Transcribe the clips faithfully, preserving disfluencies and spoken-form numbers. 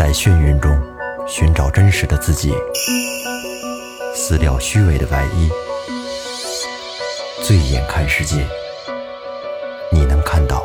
在眩晕中寻找真实的自己，撕掉虚伪的外衣，醉眼看世界，你能看到。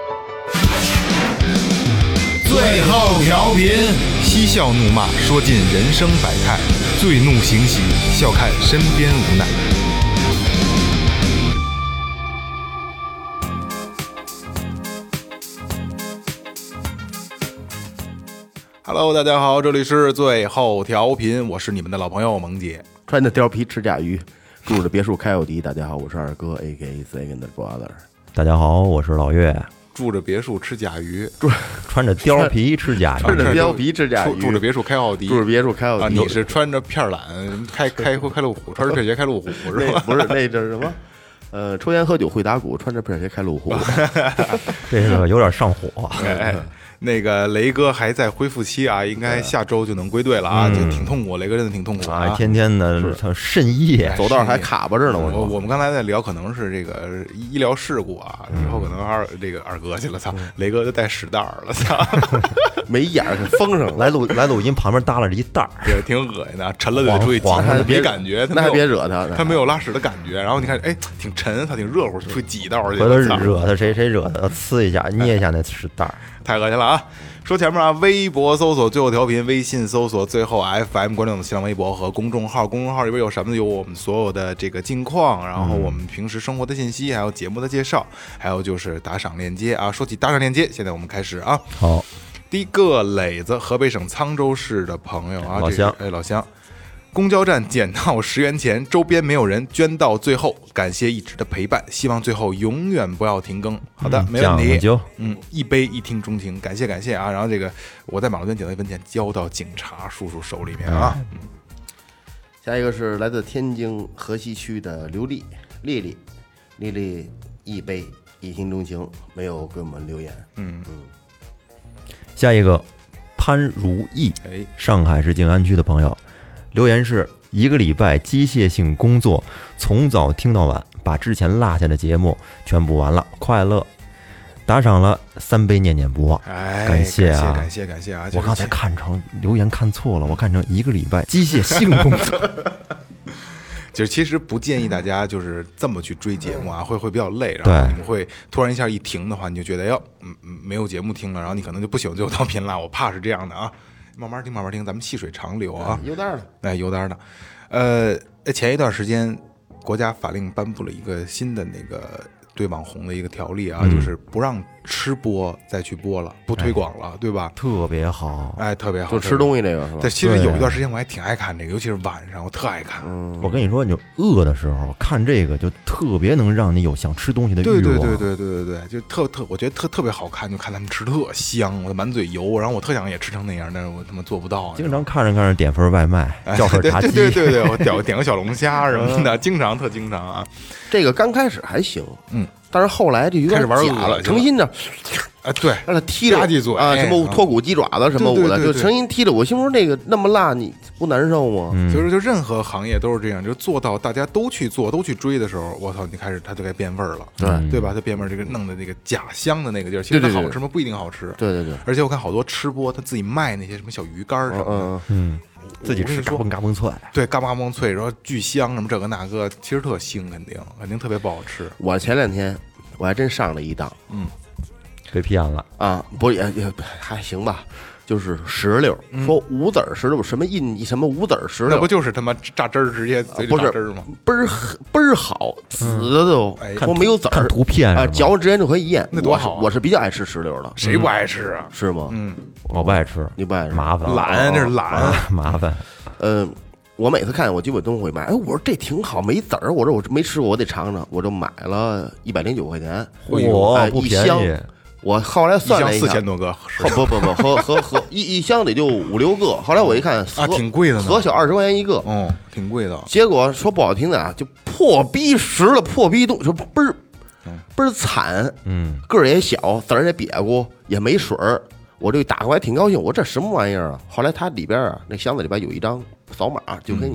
最后调频，嬉笑怒骂，说尽人生百态；醉怒行喜，笑看身边无奈。Hello， 大家好，这里是最后调频，我是你们的老朋友萌姐， 穿着貂皮吃甲鱼，住着别墅开奥迪。大家好，我是二哥 A K A Second Brother。 大家好，我是老岳。 住着别墅吃甲鱼， 住穿着貂皮吃甲鱼， 穿着貂皮吃甲鱼， 住着别墅开奥迪， 住着别墅开奥迪。 啊，你是穿着片懒开开开路虎，穿着片鞋开路虎是吧？ 不是，那这是什么？呃，抽烟喝酒会打鼓，穿着片鞋开路虎， 这个有点上火。 哎，那个雷哥还在恢复期啊，应该下周就能归队了啊，就挺痛苦，雷哥真的挺痛苦啊，天天的肾液， 走道还卡巴着呢。 我我们刚才在聊，可能是这个医疗事故啊，以后可能二这个二哥去了，操，雷哥就带屎袋了，操， 没眼儿给封上了。 来录来录音，旁边耷拉着一袋儿， 对，挺恶心的，沉了就得出去挤，他没感觉， 那还别惹他， 他没有拉屎的感觉。然后你看，哎，挺沉，他挺热乎，出去挤道去。 回头惹他谁谁惹他，呲一下捏一下那屎袋儿， 太恶心了啊！说前面啊，微博搜索最后调频，微信搜索最后 F M， 关注我们新浪微博和公众号。公众号里边有什么？有我们所有的这个近况，然后我们平时生活的信息，还有节目的介绍，还有就是打赏链接啊。说起打赏链接，现在我们开始啊。 好， 第一个磊子，河北省沧州市的朋友啊， 老乡， 哎，老乡。公交站捡到十元钱，周边没有人捐到最后，感谢一直的陪伴，希望最后永远不要停更。好的，没问题。嗯，一杯一听钟情，感谢感谢啊！然后这个我在马路边捡到一分钱，交到警察叔叔手里面啊。嗯、 下一个是来自天津河西区的刘丽丽丽，丽丽一杯一听钟情，没有给我们留言。嗯嗯。 下一个潘如意， 哎， 上海市静安区的朋友。留言是一个礼拜机械性工作，从早听到晚，把之前落下的节目全部完了，快乐。打赏了三杯念念不忘， 哎， 感谢啊， 感谢感谢啊！ 我刚才看成留言看错了，我看成一个礼拜机械性工作。 就是其实不建议大家就是这么去追节目啊，会会比较累，然后你们会突然一下一停的话，你就觉得要嗯没有节目听了，然后你可能就不喜欢最后调频了。我怕是这样的啊。慢慢听，慢慢听，咱们细水长流啊！ 有点的， 哎，有点的。呃，前一段时间，国家法令颁布了一个新的那个对网红的一个条例啊，嗯、就是不让吃播再去播了，不推广了，哎、对吧？ 特别好， 哎，特别好， 就吃东西这个是吧？ 对，其实有一段时间我还挺爱看这个，尤其是晚上，我特爱看。 嗯、我跟你说，你就饿的时候看这个，就特别能让你有想吃东西的欲望。 对对对对对对对，就特特，我觉得特特别好看，就看他们吃特香，我满嘴油，然后我特想也吃成那样，但是我他妈做不到。 经常看着看着点份外卖， 哎、 叫份茶鸡， 对对对对，我点点个小龙虾什么的，经常特经常啊。 这个刚开始还行， 嗯。 但是后来就有点玩假了，诚心的， 啊，对， 让他踢着嘴啊，什么脱骨鸡爪子什么我的，就诚心踢着我。心说这个那么辣，你不难受吗？ 嗯、就是就任何行业都是这样，就做到大家都去做、都去追的时候，我操，你开始它就该变味儿了， 对对吧？它变味儿，这个弄的那个假香的那个劲儿，其实它好吃吗？不一定好吃。 对对对。 而且我看好多吃播，他自己卖那些什么小鱼干什么的， 嗯嗯，自己吃嘎嘣嘎嘣脆， 对，嘎嘣嘎嘣脆，然后巨香什么这个那个，其实特腥，肯定肯定特别不好吃。 我前两天。我还真上了一当， 嗯， 被骗了啊！不也也还行吧，就是石榴， 嗯、 说无籽石榴什么印什么无籽石榴， 那不就是他妈榨汁儿直接嘴里榨汁儿吗？ 倍儿倍儿好，紫的都，说没有籽儿， 看图片啊，嚼直接就可以咽， 那多好、啊！ 我是比较爱吃石榴的， 谁不爱吃啊？ 是吗？ 嗯， 我不爱吃， 你不爱吃， 麻烦， 懒，这是懒， 麻烦。 嗯。我每次看我基本都会买，哎，我说这挺好，没籽儿，我说我没吃过，我得尝尝，我就买了一百零九块钱， 哇、 哎，一箱，我后来算了一下， 四千多个， 不不不，和和和一一箱得就五六个，后来我一看， 啊，挺贵的呢， 合小二十块钱一个， 哦，挺贵的。 结果说不好听的啊，就破逼实了，破逼东，就倍儿倍儿惨， 嗯， 个儿也小，籽儿也瘪咕，也没水儿。我这打过来挺高兴，我这什么玩意儿啊？后来它里边啊，那箱子里边有一张扫码，就跟你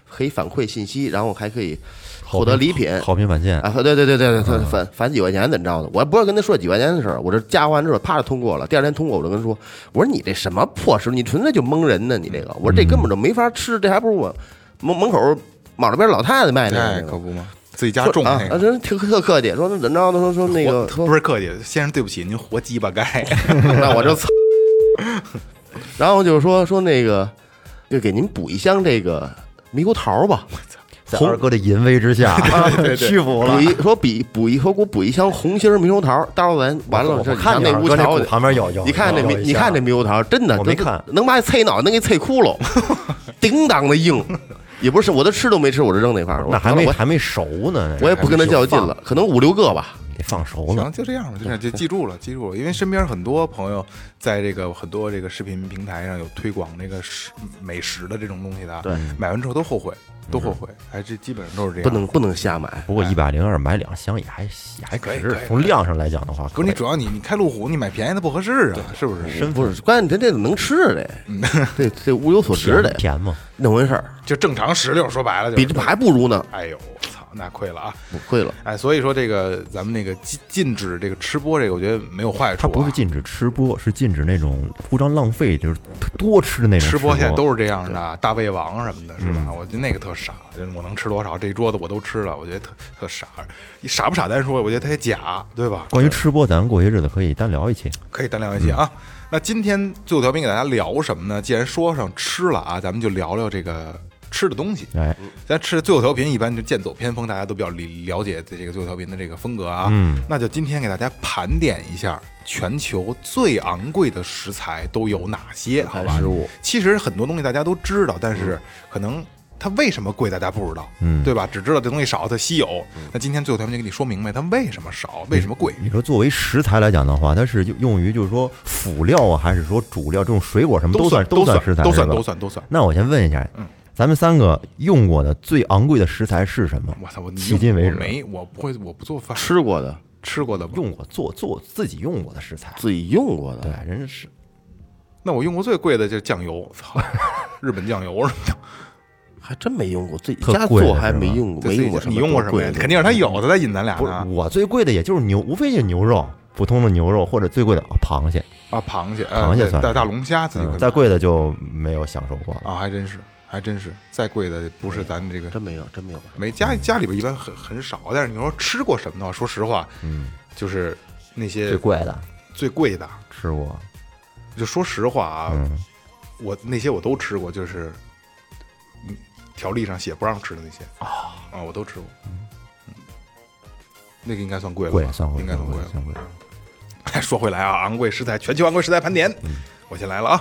可以反馈信息，然后还可以获得礼品， 好评返现啊！对对对对对，返返几块钱怎么着的？我不是跟他说几块钱的事儿，我这加完之后啪就通过了。第二天通过，我就跟他说，我说你这什么破事，你纯粹就蒙人呢！你这个，我说这根本就没法吃，这还不如我门门口马路边老太太卖的， 哎，可不嘛。自己家种那个， 啊，真特特客气，说那怎么着的？说说那个不是客气，先生对不起，您活鸡巴该， 那我就操。然后就是说说那个，就给您补一箱这个猕猴桃吧。 在二哥的淫威之下，屈服了。 补一说比补一说给我补一箱红心猕猴桃，到时候咱完了， 我看那屋桥旁边有有， 你看那猕，你看那猕猴桃，真的我没看， 能把菜脑能给菜窟窿，叮当的硬。也不是，我都吃都没吃，我就扔那块儿。 那还没还没熟呢， 我也不跟他较劲了，可能五六个吧， 得放熟了。 行，就这样吧，就这样，就记住了，记住了。因为身边很多朋友在这个很多这个视频平台上有推广那个食美食的这种东西的， 对， 买完之后都后悔，都后悔，还这基本上都是这样。 不能不能瞎买。 不过一百零二买两箱也还也还可以， 从量上来讲的话， 不是你主要你你开路虎，你买便宜的不合适啊，是不是？ 不是，关键这这能吃的，这这物有所值的， 甜吗？ 那回事儿， 就正常石榴，说白了， 比这还不如呢。 哎呦，操，那亏了啊， 亏了。 哎，所以说这个咱们那个禁禁止这个吃播，这个我觉得没有坏处。 它不是禁止吃播，是禁止那种铺张浪费，就是多吃的那种。 吃播现在都是这样的，大胃王什么的，是吧？我觉得那个特傻，我能吃多少，这一桌子我都吃了，我觉得特特傻。傻不傻单说，我觉得他也假，对吧？ 关于吃播，咱过些日子可以单聊一期， 可以单聊一期啊。那今天最后调频给大家聊什么呢？既然说上吃了啊，咱们就聊聊这个吃的东西。 哎， 咱吃最后调频一般就剑走偏锋，大家都比较了解这个最后调频的这个风格啊。 嗯， 那就今天给大家盘点一下全球最昂贵的食材都有哪些，好吧？ 食物其实很多东西大家都知道，但是可能它为什么贵大家不知道， 嗯， 对吧？只知道这东西少，它稀有。那今天最后调频就给你说明白它为什么少，为什么贵。 你说作为食材来讲的话，它是用于就是说辅料啊，还是说主料？这种水果什么都算都算食材， 都算都算都算。 那我先问一下，嗯，咱们三个用过的最昂贵的食材是什么？ 我操，我迄今为止没，我不会，我不做饭。 吃过的， 吃过的， 用过做做自己用过的食材， 自己用过的， 对，人是。 那我用过最贵的就是酱油，操，日本酱油什么的。 还真没用过，自己家做还没用过，没用过。 你用过什么呀？肯定是他有的，在引咱俩呢。 我最贵的也就是牛，无非就是牛肉，普通的牛肉，或者最贵的螃蟹啊，螃蟹， 螃蟹算大大龙虾，自己再贵的就没有享受过啊，还真是，还真是，再贵的不是咱这个， 真没有，真没有， 没家家里边一般很很少。但是你说吃过什么的话，说实话， 嗯， 就是那些最贵的， 最贵的吃过。 就说实话啊， 嗯、 我那些我都吃过，就是条例上写不让吃的那些啊啊，我都吃过。嗯，那个应该算贵了， 贵算贵， 应该算贵了。 算贵。 说回来啊，昂贵食材，全球昂贵食材盘点， 嗯、 我先来了啊。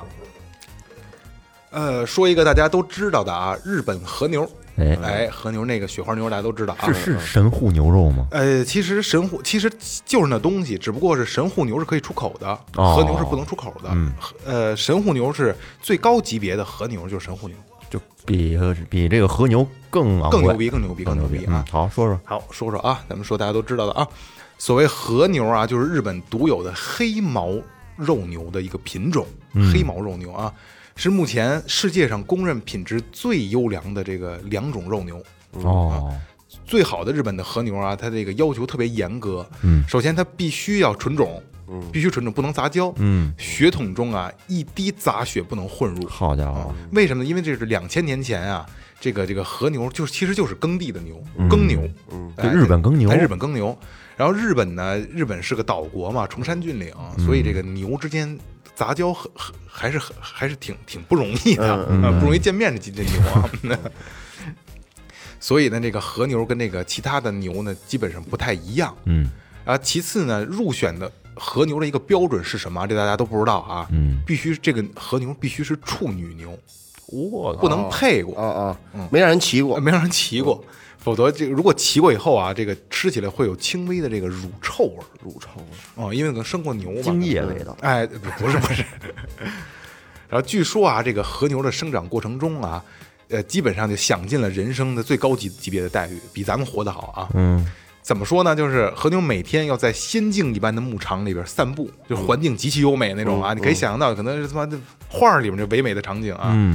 呃，说一个大家都知道的啊，日本和牛。 哎哎，和牛那个雪花牛大家都知道啊， 是是神户牛肉吗？ 呃，其实神户其实就是那东西，只不过是神户牛是可以出口的， 哦、 和牛是不能出口的。 嗯， 呃，神户牛是最高级别的和牛，就是神户牛， 就比比这个和牛更昂贵， 更牛逼，更牛逼， 更牛逼啊！ 嗯、好，说说， 好说说啊，咱们说大家都知道的啊，所谓和牛啊，就是日本独有的黑毛肉牛的一个品种， 嗯、 黑毛肉牛啊，是目前世界上公认品质最优良的这个两种肉牛。 哦、 啊，最好的日本的和牛啊，它这个要求特别严格。 嗯， 首先它必须要纯种， 嗯， 必须纯种，不能杂交。 嗯， 血统中啊一滴杂血不能混入。 好家伙！ 啊、为什么呢？因为这是两千年前啊，这个这个和牛就是其实就是耕地的牛， 嗯、 耕牛。 嗯， 哎、 日本耕牛， 在日本耕牛。然后日本呢，日本是个岛国嘛，崇山峻岭， 嗯、 所以这个牛之间杂交很还是很还是挺挺不容易的啊、 嗯呃，不容易见面这这牛啊。所以呢，这个和牛跟那个其他的牛呢，基本上不太一样。 嗯， 啊，其次呢，入选的和牛的一个标准是什么？这大家都不知道啊。 嗯， 必须这个和牛必须是处女牛， 我不能配过啊啊，嗯，没让人骑过， 没让人骑过，否则这个如果骑过以后啊，这个吃起来会有轻微的这个乳臭味， 乳臭味哦，因为可能生过牛嘛， 精液味道。 哎，不是不是。然后据说啊，这个和牛的生长过程中啊。呃，基本上就享尽了人生的最高级级别的待遇，比咱们活得好啊。 嗯， 怎么说呢？就是和牛每天要在仙境一般的牧场里边散步，就环境极其优美那种啊。 嗯、 你可以想象到，可能是他妈的画里面这唯美的场景啊。 嗯，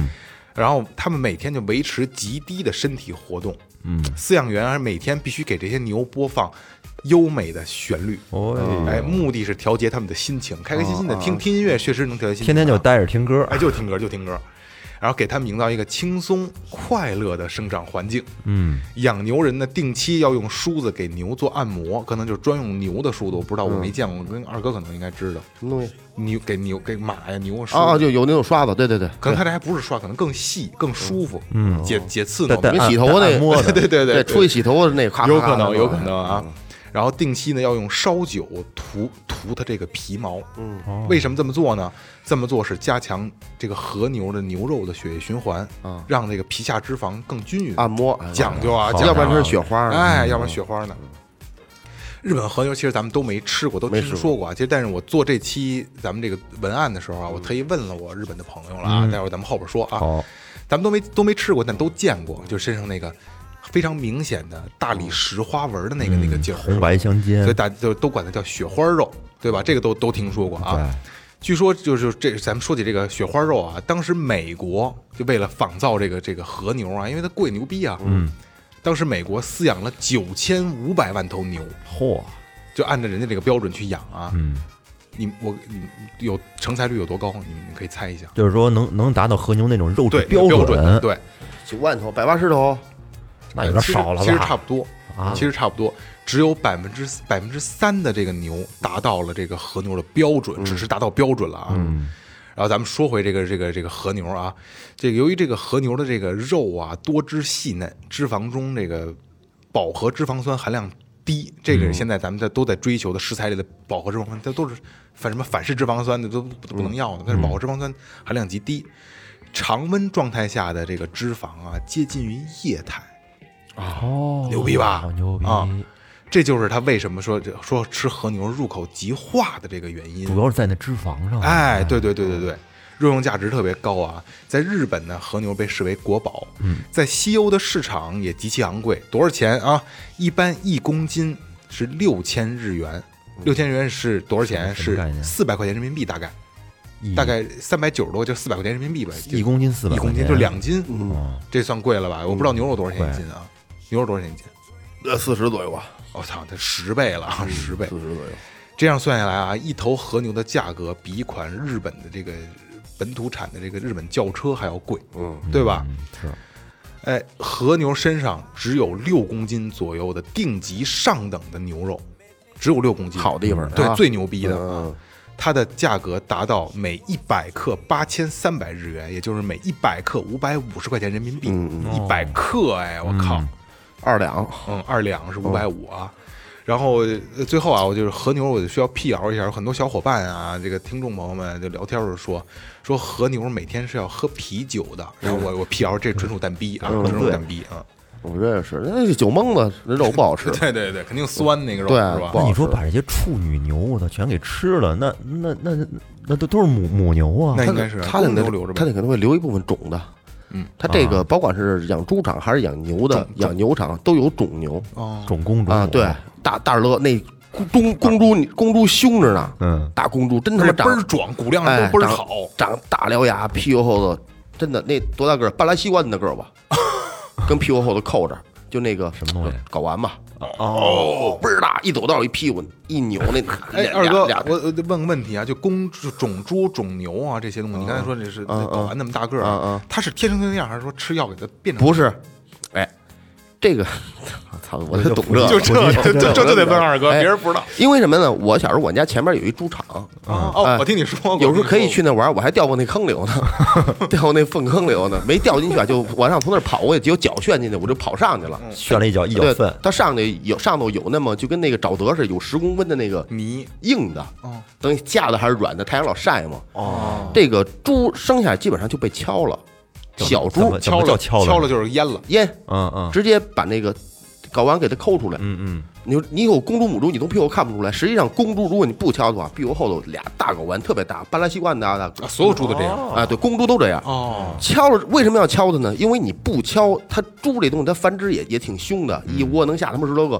然后他们每天就维持极低的身体活动。 嗯， 饲养员每天必须给这些牛播放优美的旋律， 哦， 哎，目的是调节他们的心情，开开心心的听听音乐，确实能调节心情。 天天就待着听歌， 哎，就听歌就听歌。然后给他们营造一个轻松快乐的生长环境。 嗯， 养牛人呢，定期要用梳子给牛做按摩，可能就是专用牛的梳子，我不知道，我没见过，跟二哥可能应该知道。 什么东西？ 牛给牛给马呀牛梳啊，就有那种刷子，对对对， 可能他这还不是刷，可能更细更舒服， 嗯， 解解刺挠， 跟洗头那摸的， 对对对， 出去洗头的那咔， 有可能有可能啊。然后定期呢要用烧酒涂涂它这个皮毛， 嗯， 为什么这么做呢？这么做是加强这个和牛的牛肉的血液循环， 啊， 让这个皮下脂肪更均匀。 按摩讲究啊， 要不然它是雪花， 哎，要不然雪花呢？日本和牛其实咱们都没吃过，都听说过啊。其实，但是我做这期咱们这个文案的时候啊，我特意问了我日本的朋友了啊，待会儿咱们后边说啊。 好， 咱们都没都没吃过，但都见过，就身上那个非常明显的大理石花纹的那个那个劲儿， 红白相间， 所以大家就都管它叫雪花肉，对吧？这个都都听说过啊。据说就是这，咱们说起这个雪花肉啊，当时美国就为了仿造这个这个和牛啊，因为它贵牛逼啊， 嗯， 当时美国饲养了九千五百万头牛， 嚯， 就按照人家这个标准去养啊。 嗯， 你我你有成才率有多高？你们可以猜一下。 就是说能能达到和牛那种肉质标准， 对， 九万头，百八十头， 那有点少了吧？ 其实差不多啊， 其实差不多。只有百分之百分之三的这个牛达到了这个和牛的标准， 嗯、 只是达到标准了啊。 嗯， 然后咱们说回这个这个这个和牛啊，这个由于这个和牛的这个肉啊多汁细嫩，脂肪中这个饱和脂肪酸含量低，这个是现在咱们在都在追求的食材里的饱和脂肪酸，它都是反什么反式脂肪酸的都不能要的，但是饱和脂肪酸含量极低，常温状态下的这个脂肪啊接近于液态。 哦， 牛逼吧？ 牛逼啊！这就是他为什么说说吃和牛入口即化的这个原因， 主要是在那脂肪上。 哎，对对对对对，肉用价值特别高啊！在日本呢，和牛被视为国宝， 嗯， 在西欧的市场也极其昂贵，多少钱啊？一般一公斤是六千日元，六千日元是多少钱？是四百块钱人民币，大概。大概三百九十多，就四百块钱人民币吧。 一公斤四百， 一公斤就两斤， 嗯， 这算贵了吧？我不知道牛肉多少钱一斤啊？牛肉多少钱一斤？ 呃，四十左右吧。 我操，它十倍了，十倍， 四十左右。 这样算下来啊，一头和牛的价格比一款日本的这个本土产的这个日本轿车还要贵， 嗯， 对吧？ 是。 哎，和牛身上只有六公斤左右的定级上等的牛肉，只有六公斤， 好地方， 对，最牛逼的。 嗯， 它的价格达到每一百克八千三百日元，也就是每一百克五百五十块钱人民币。一百克，哎，我靠， 二两， 嗯，二两是五百五啊。然后最后啊，我就是和牛，我就需要辟谣一下，有很多小伙伴啊，这个听众朋友们就聊天时候说，说和牛每天是要喝啤酒的。然后我我辟谣，这纯属蛋逼啊，纯属蛋逼啊。 我这也是，那酒蒙子那肉不好吃。 对对对，肯定酸那个肉， 对是吧？ 那你说把这些处女牛我操全给吃了，那那那那都都是母母牛啊？ 那应该是他那留留着， 他那可能会留一部分种的。 嗯， 他这个甭管是养猪场还是养牛的，养牛场都有种牛， 哦， 种公猪啊，对，大大乐那公公猪公猪凶着呢， 嗯， 大公猪真他妈倍儿壮，骨量都倍儿好， 长大獠牙，屁股后头真的那多大个儿，半拉西瓜那个儿吧，跟屁股后头扣着。就那个什么东西， 睾丸吧， 哦， 倍儿大，一走道一屁股一扭那。 哎，二哥，我我问个问题啊，就公种猪、种牛啊这些东西，你刚才说这是睾丸那么大个儿，它是天生那样，还是说吃药给它变成？ 不是，哎，这个，我操，我就懂这， 就这这这就得问二哥，别人不知道。 因为什么呢？我小时候我家前面有一猪场， 哦，我听你说过， 有时候可以去那玩，我还掉过那坑里头呢，掉过那粪坑里头呢，没掉进去啊，就往上从那跑过去，只有脚旋进去，我就跑上去了， 旋了一脚一脚粪。 它上去有上头有那么就跟那个沼泽似的，有十公分的那个泥硬的，等于架的还是软的，太阳老晒嘛。 哦， 这个猪生下来基本上就被敲了，小猪敲了敲了就是淹了， 淹， 嗯嗯， 直接把那个睾丸给它抠出来， 嗯嗯。 你你有公猪母猪，你从屁股看不出来。实际上，公猪如果你不敲的话，屁股后头俩大睾丸特别大，半拉西瓜那大大， 所有猪都这样啊。对，公猪都这样。 哦， 敲了为什么要敲它呢？因为你不敲，它猪这东西它繁殖也也挺凶的，一窝能下他妈十多个。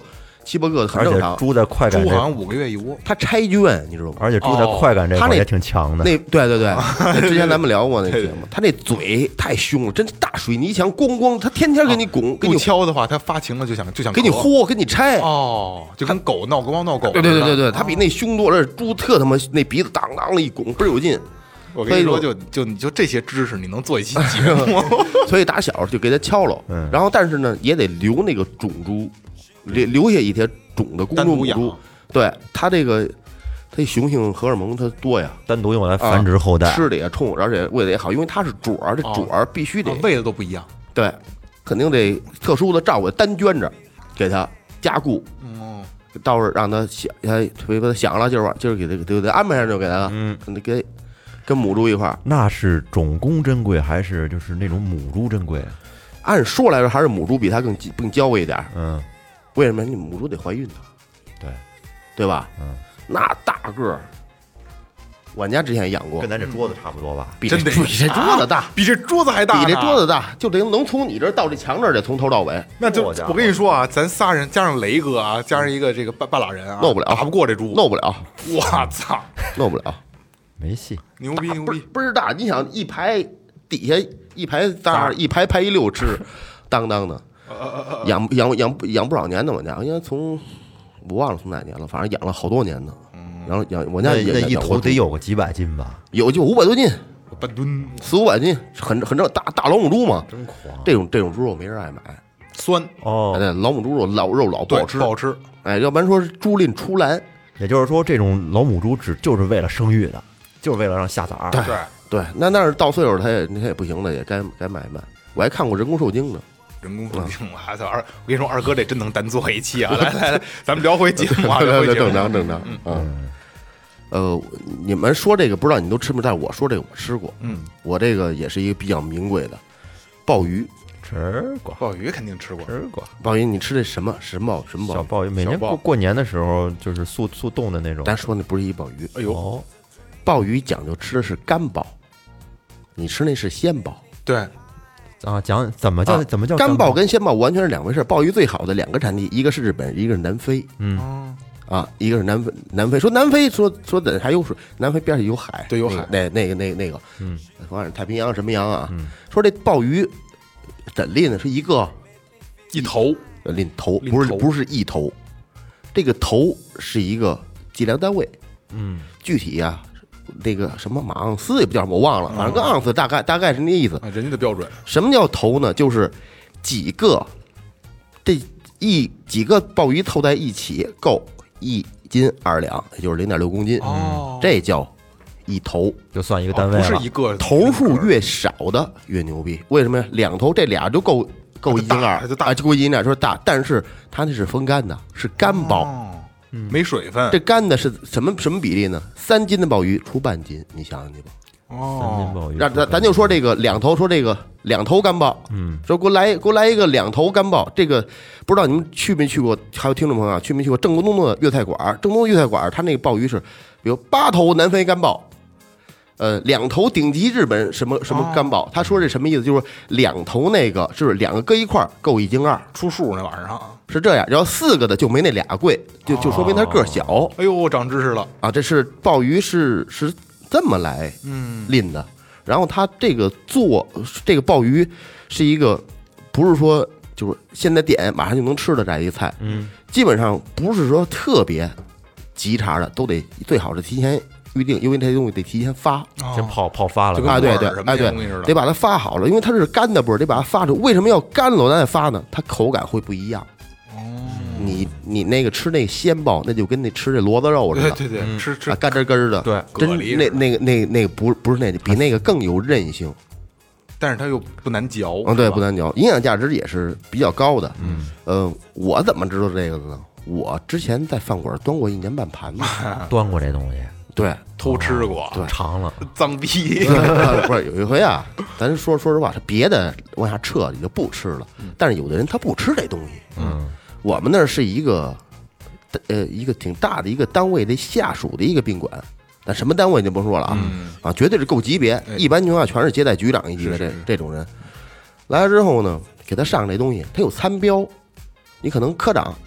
七八个很正常。 而且猪的快感， 猪好像五个月一窝， 它拆圈，你知道吗？ 而且猪的快感这块也挺强的。 那对对对，之前咱们聊过那节目，它那嘴太凶了，真是大水泥墙，咣咣，它天天给你拱，给你敲的话，它发情了就想就想给你豁，给你拆。 哦，就跟狗闹猫闹狗。 对对对对对，它比那凶多了，猪特他妈那鼻子当当的一拱，倍儿有劲。 我跟你说，就就你就这些知识，你能做一期节目。 所以打小就给它敲了，然后但是呢，也得留那个种猪，留留下一些种的公猪母猪。对它这个，它雄性荷尔蒙它多呀， 单独用来繁殖后代， 吃的也冲，而且喂的也好，因为它是主儿，这主儿必须得喂的都不一样。 对，肯定得特殊的照顾，单圈着给它加固。 哦， 到时候让它想，他特别想了，今儿今儿给它给它安排上就给它，嗯，给。跟母猪一块儿， 那是种公珍贵还是就是那种母猪珍贵？ 按说来说，还是母猪比它更更娇贵一点。 嗯， 为什么？你母猪得怀孕呢？ 对， 对吧？ 嗯， 那大个儿，我家之前养过， 跟咱这桌子差不多吧？ 比这比这桌子大， 比这桌子还大， 比这桌子大，就得能从你这儿到这墙这儿得从头到尾。 那就我跟你说啊，咱仨人加上雷哥啊，加上一个这个半半拉人啊， 弄不了， 打不过这猪， 弄不了。 我操， 弄不了。 没戏， 牛逼牛逼， 倍儿大！你想一排底下一排仨，一排排一溜吃，当当的，养养养养不少年呢，我家，应该从我忘了从哪年了，反正养了好多年呢。然后养我家那一头得有个几百斤吧， 有就五百多斤， 半吨四五百斤，很很正大大老母猪嘛， 真狂。 这种这种猪肉没人爱买， 酸哦， 对，老母猪肉老肉老不好吃， 不好吃。 哎，要不然说是猪吝出栏， 也就是说这种老母猪只就是为了生育的。就是为了让下崽儿， 对对，那那是到岁数他也他也不行了，也该该买卖。我还看过人工受精呢， 人工受精，我操！二，我跟你说，二哥这真能单做一期啊！来来来，咱们聊回节目啊，聊回节目， 正常正常。嗯，呃，你们说这个不知道你们都吃没？但我说这个我吃过， 嗯， 我这个也是一个比较名贵的鲍鱼， 吃过， 鲍鱼肯定吃过， 吃过。 鲍鱼你吃这什么什么鲍什么鲍？ 小鲍鱼，每年过过年的时候就是速速冻的那种。 咱说那不是一鲍鱼， 哎呦。 鲍鱼讲究吃的是干鲍，你吃那是鲜鲍。 对， 啊，讲怎么叫、啊、怎么叫干鲍跟鲜鲍完全是两回事。鲍鱼最好的两个产地，一个是日本，一个是南非。 嗯， 啊，一个是南非，南非说南非说说的还有水，南非边上有海， 对，有海。 那那个那个那个， 嗯， 反正太平洋什么洋啊？ 嗯， 说这鲍鱼怎拎呢？是一个一头拎头，不是不是一头，这个头是一个计量单位。 嗯， 具体呀、啊。那个什么马盎司也不叫什么，我忘了，反正跟盎司大概大概是那意思。 人家的标准。 什么叫头呢？就是几个这一几个鲍鱼凑在一起够一斤二两，也就是零点六公斤。 哦， 这叫一头， 就算一个单位了。 不是一个头数越少的越牛逼。为什么呀？两头这俩就够够一斤二， 就大就够一斤二，说大。但是它那是风干的，是干鲍。 哦没水分， 这干的是什么什么比例呢？三斤的鲍鱼出半斤，你想想去吧。 哦， 三斤鲍鱼， 让咱咱就说这个两头，说这个两头干鲍， 嗯， 说给我来给我来一个两头干鲍。这个不知道你们去没去过？还有听众朋友啊，去没去过正东的粤菜馆？正东粤菜馆，它那个鲍鱼是，比如八头南非干鲍，呃，两头顶级日本什么什么干鲍。他说这什么意思？就是两头那个就是两个搁一块儿够一斤二， 出数那晚上是这样。然后四个的就没那俩贵，就就说明它个儿小。 哎呦，长知识了啊！这是鲍鱼是是这么来嗯拎的。然后它这个做这个鲍鱼是一个不是说就是现在点马上就能吃的这样一个菜， 嗯， 基本上不是说特别急茬的，都得最好是提前预定，因为这东西得提前发， 先泡泡发了就跟啊，对对， 什么哎对东西似的， 得把它发好了，因为它是干的不是，得把它发出。为什么要干了咱再发呢？它口感会不一样。 哦， 你你那个吃那鲜鲍，那就跟那吃这骡子肉似的， 对对对，吃吃啊干吱根的， 对， 真那那个那那个不不是那比那个更有韧性， 但是它又不难嚼。 嗯，对，不难嚼，营养价值也是比较高的。嗯，呃，我怎么知道这个的呢？我之前在饭馆端过一年半盘子， 端过这东西， 对， 偷吃过， 对， 尝了， 脏逼。 不是有一回啊，咱说说实话，他别的往下撤你就不吃了，但是有的人他不吃这东西。 嗯， 我们那儿是一个呃一个挺大的一个单位的下属的一个宾馆，但什么单位就不说了啊，啊，绝对是够级别，一般情况下全是接待局长一级的这这种人。来了之后呢，给他上这东西，他有餐标，你可能科长。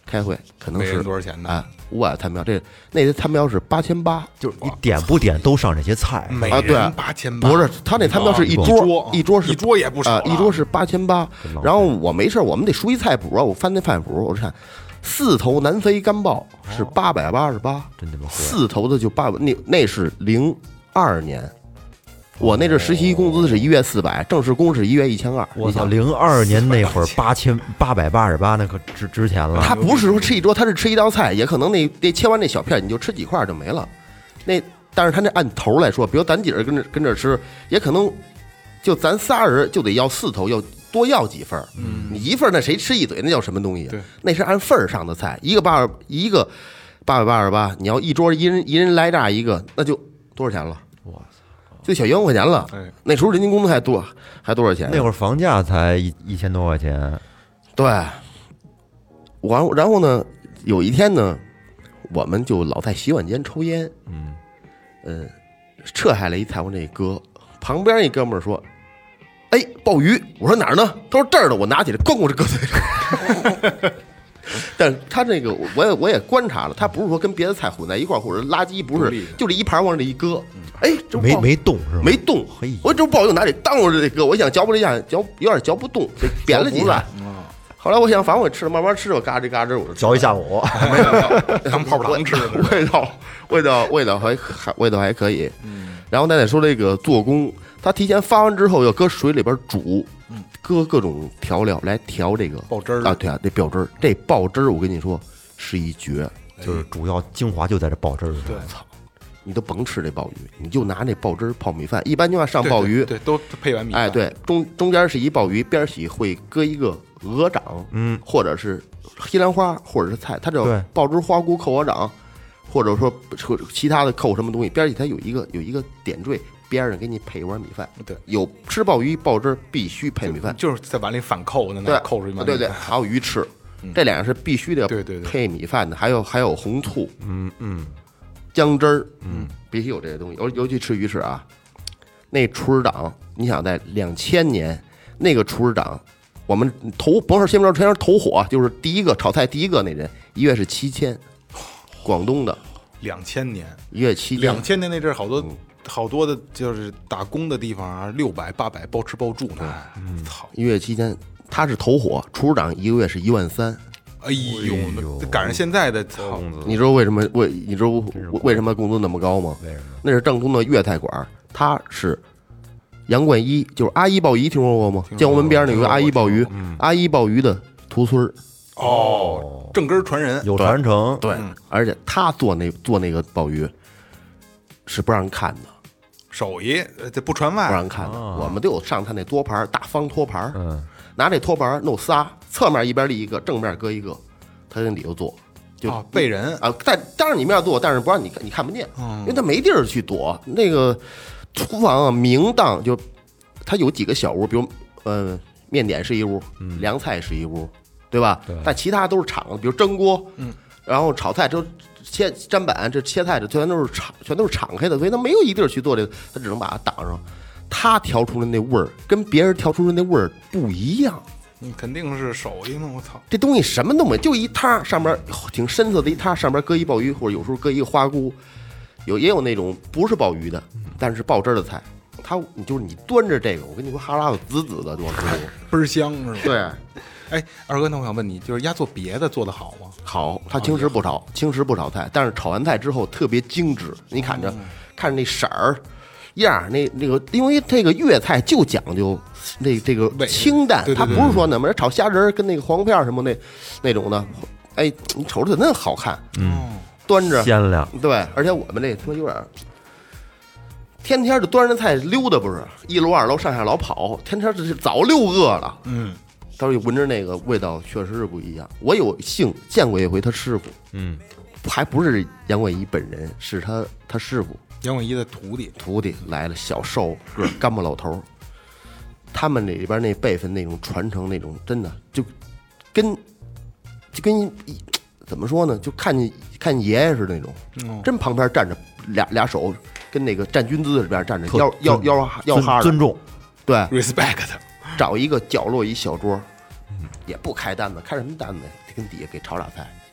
开会，可能是多少钱呢？ 啊，五百餐标，这那些餐标是八千八， 就是你点不点都上这些菜， 每人八千八， 不是他那餐标是一桌，一桌是一桌也不少， 一桌是八千八。然后我没事，我们得熟悉菜谱啊，我翻那菜谱，我看四头南非干鲍是八百八十八， 真他妈贵， 四头的就八百，那那是零二年。我那阵实习工资是一月四百，正式工是一月一千二。 我操，零二年那会儿八千八百八十八，那可值值钱了。 他不是说吃一桌，他是吃一道菜，也可能那那切完那小片，你就吃几块就没了。那但是他那按头来说，比如咱几人跟着跟着吃，也可能就咱仨人就得要四头，要多要几份。嗯，你一份那谁吃一嘴，那叫什么东西？ 对， 那是按份儿上的菜，一个八一个八百八十八，你要一桌一人一人来这一个，那就多少钱了？ 哇塞！ 就小一万块钱了，那时候人均工资还多，还多少钱？ 那会儿房价才一一千多块钱。 对，完然后呢，有一天呢，我们就老在洗碗间抽烟，嗯，呃，撤下来一菜，我那哥旁边一哥们儿说：“哎，鲍鱼。”我说哪儿呢？他说这儿呢。我拿起来，咣咣就搁嘴里。但他这个我也我也观察了，他不是说跟别的菜混在一块儿，或者垃圾不是，就这一盘往这一搁，哎，这没没动是吧？ 没动。我这鲍鱼拿这当我这搁，我想嚼不了一下，嚼有点嚼不动，得扁了几下。后来我想，反正我吃了，慢慢吃，我嘎吱嘎吱，我就嚼一下午， 没有当泡泡糖吃的， 味道味道味道还还味道还可以。然后咱再说这个做工，他提前发完之后要搁水里边煮。搁各种调料来调这个爆汁儿啊，对啊，这爆汁儿，这爆汁儿我跟你说是一绝， 就是主要精华就在这爆汁儿。 对， 操，你都甭吃这鲍鱼，你就拿那爆汁儿泡米饭。一般情况上鲍鱼， 对，都配完米饭。 哎，对，中中间是一鲍鱼，边起会搁一个鹅掌，嗯，或者是西兰花，或者是菜，它叫爆汁花菇扣鹅掌，或者说其他的扣什么东西，边起它有一个有一个点缀。边上给你配一碗米饭， 对， 有吃鲍鱼爆汁必须配米饭， 就是在碗里反扣的那扣出一碗米饭， 对对，还有鱼翅，这两个是必须的， 对对对， 配米饭的，还有还有红醋， 嗯嗯， 姜汁儿，嗯，必须有这些东西，尤尤其吃鱼翅啊，那厨师长，你想在两千年那个厨师长，我们头甭说先不说全是头火，就是第一个炒菜第一个那人，一月是七千，广东的， 两千年一月七千， 两千年那阵好多。好多的就是打工的地方啊，六百八百包吃包住呢。 嗯，操！一月期间他是头火，厨师长一个月是一万三。 哎呦，赶上现在的操！ 你知道为什么？为你知道为什么工资那么高吗？ 为什么？ 那是正宗的粤菜馆，他是杨冠一，就是阿姨鲍鱼，听说过吗？建国门边那有个阿姨鲍鱼，阿姨鲍鱼的徒孙儿。 哦，正根传人， 有传承。 对，而且他做那做那个鲍鱼是不让人看的。 手艺这不传外， 不让看的。我们都有上他那托盘，大方托盘，嗯，拿这托盘弄仨，侧面一边立一个，正面搁一个，他跟里头做，就背人啊，在当着你面做，但是不让你你看不见，因为他没地儿去躲。那个厨房啊，明档就他有几个小屋，比如呃面点是一屋，凉菜是一屋，对吧？但其他都是敞的，比如蒸锅，嗯，然后炒菜就。切砧板这切菜这全都是敞，全都是敞开的，所以他没有一地儿去做这个，他只能把它挡上。他调出来那味儿跟别人调出来那味儿不一样。 你肯定是手艺嘛！我操， 这东西什么都没，就一汤上面挺深色的一汤，上面搁一鲍鱼，或者有时候搁一个花菇，有也有那种不是鲍鱼的，但是爆汁的菜。他你就是你端着这个，我跟你说哈喇子紫紫的，往出倍儿香是吧？ 对。 哎，二哥，那我想问你，就是鸭做别的做的好吗？ 好，他轻食不炒，轻食不炒菜，但是炒完菜之后特别精致。你看着，看着那色儿样，那那个，因为这个粤菜就讲究那这个清淡，它不是说那么炒虾仁跟那个黄片什么那那种的。哎，你瞅着真好看，嗯，端着鲜亮。 对，而且我们这他妈有点。天天就端着菜溜达，不是一楼二楼上下老跑，天天这是早溜饿了，嗯。到时候闻着那个味道确实是不一样。我有幸见过一回他师傅，嗯，还不是杨冠一本人，是他他师傅杨冠一的徒弟。 徒弟来了，小瘦个干巴老头。他们里边那辈分那种传承那种，真的就跟就跟怎么说呢？就看见看见爷爷似的那种，嗯、真旁边站着俩俩手跟那个站军姿这边站着，腰腰腰腰哈尊重， 对 ，respect。 找一个角落一小桌，也不开单子，开什么单子？跟底下给炒俩菜，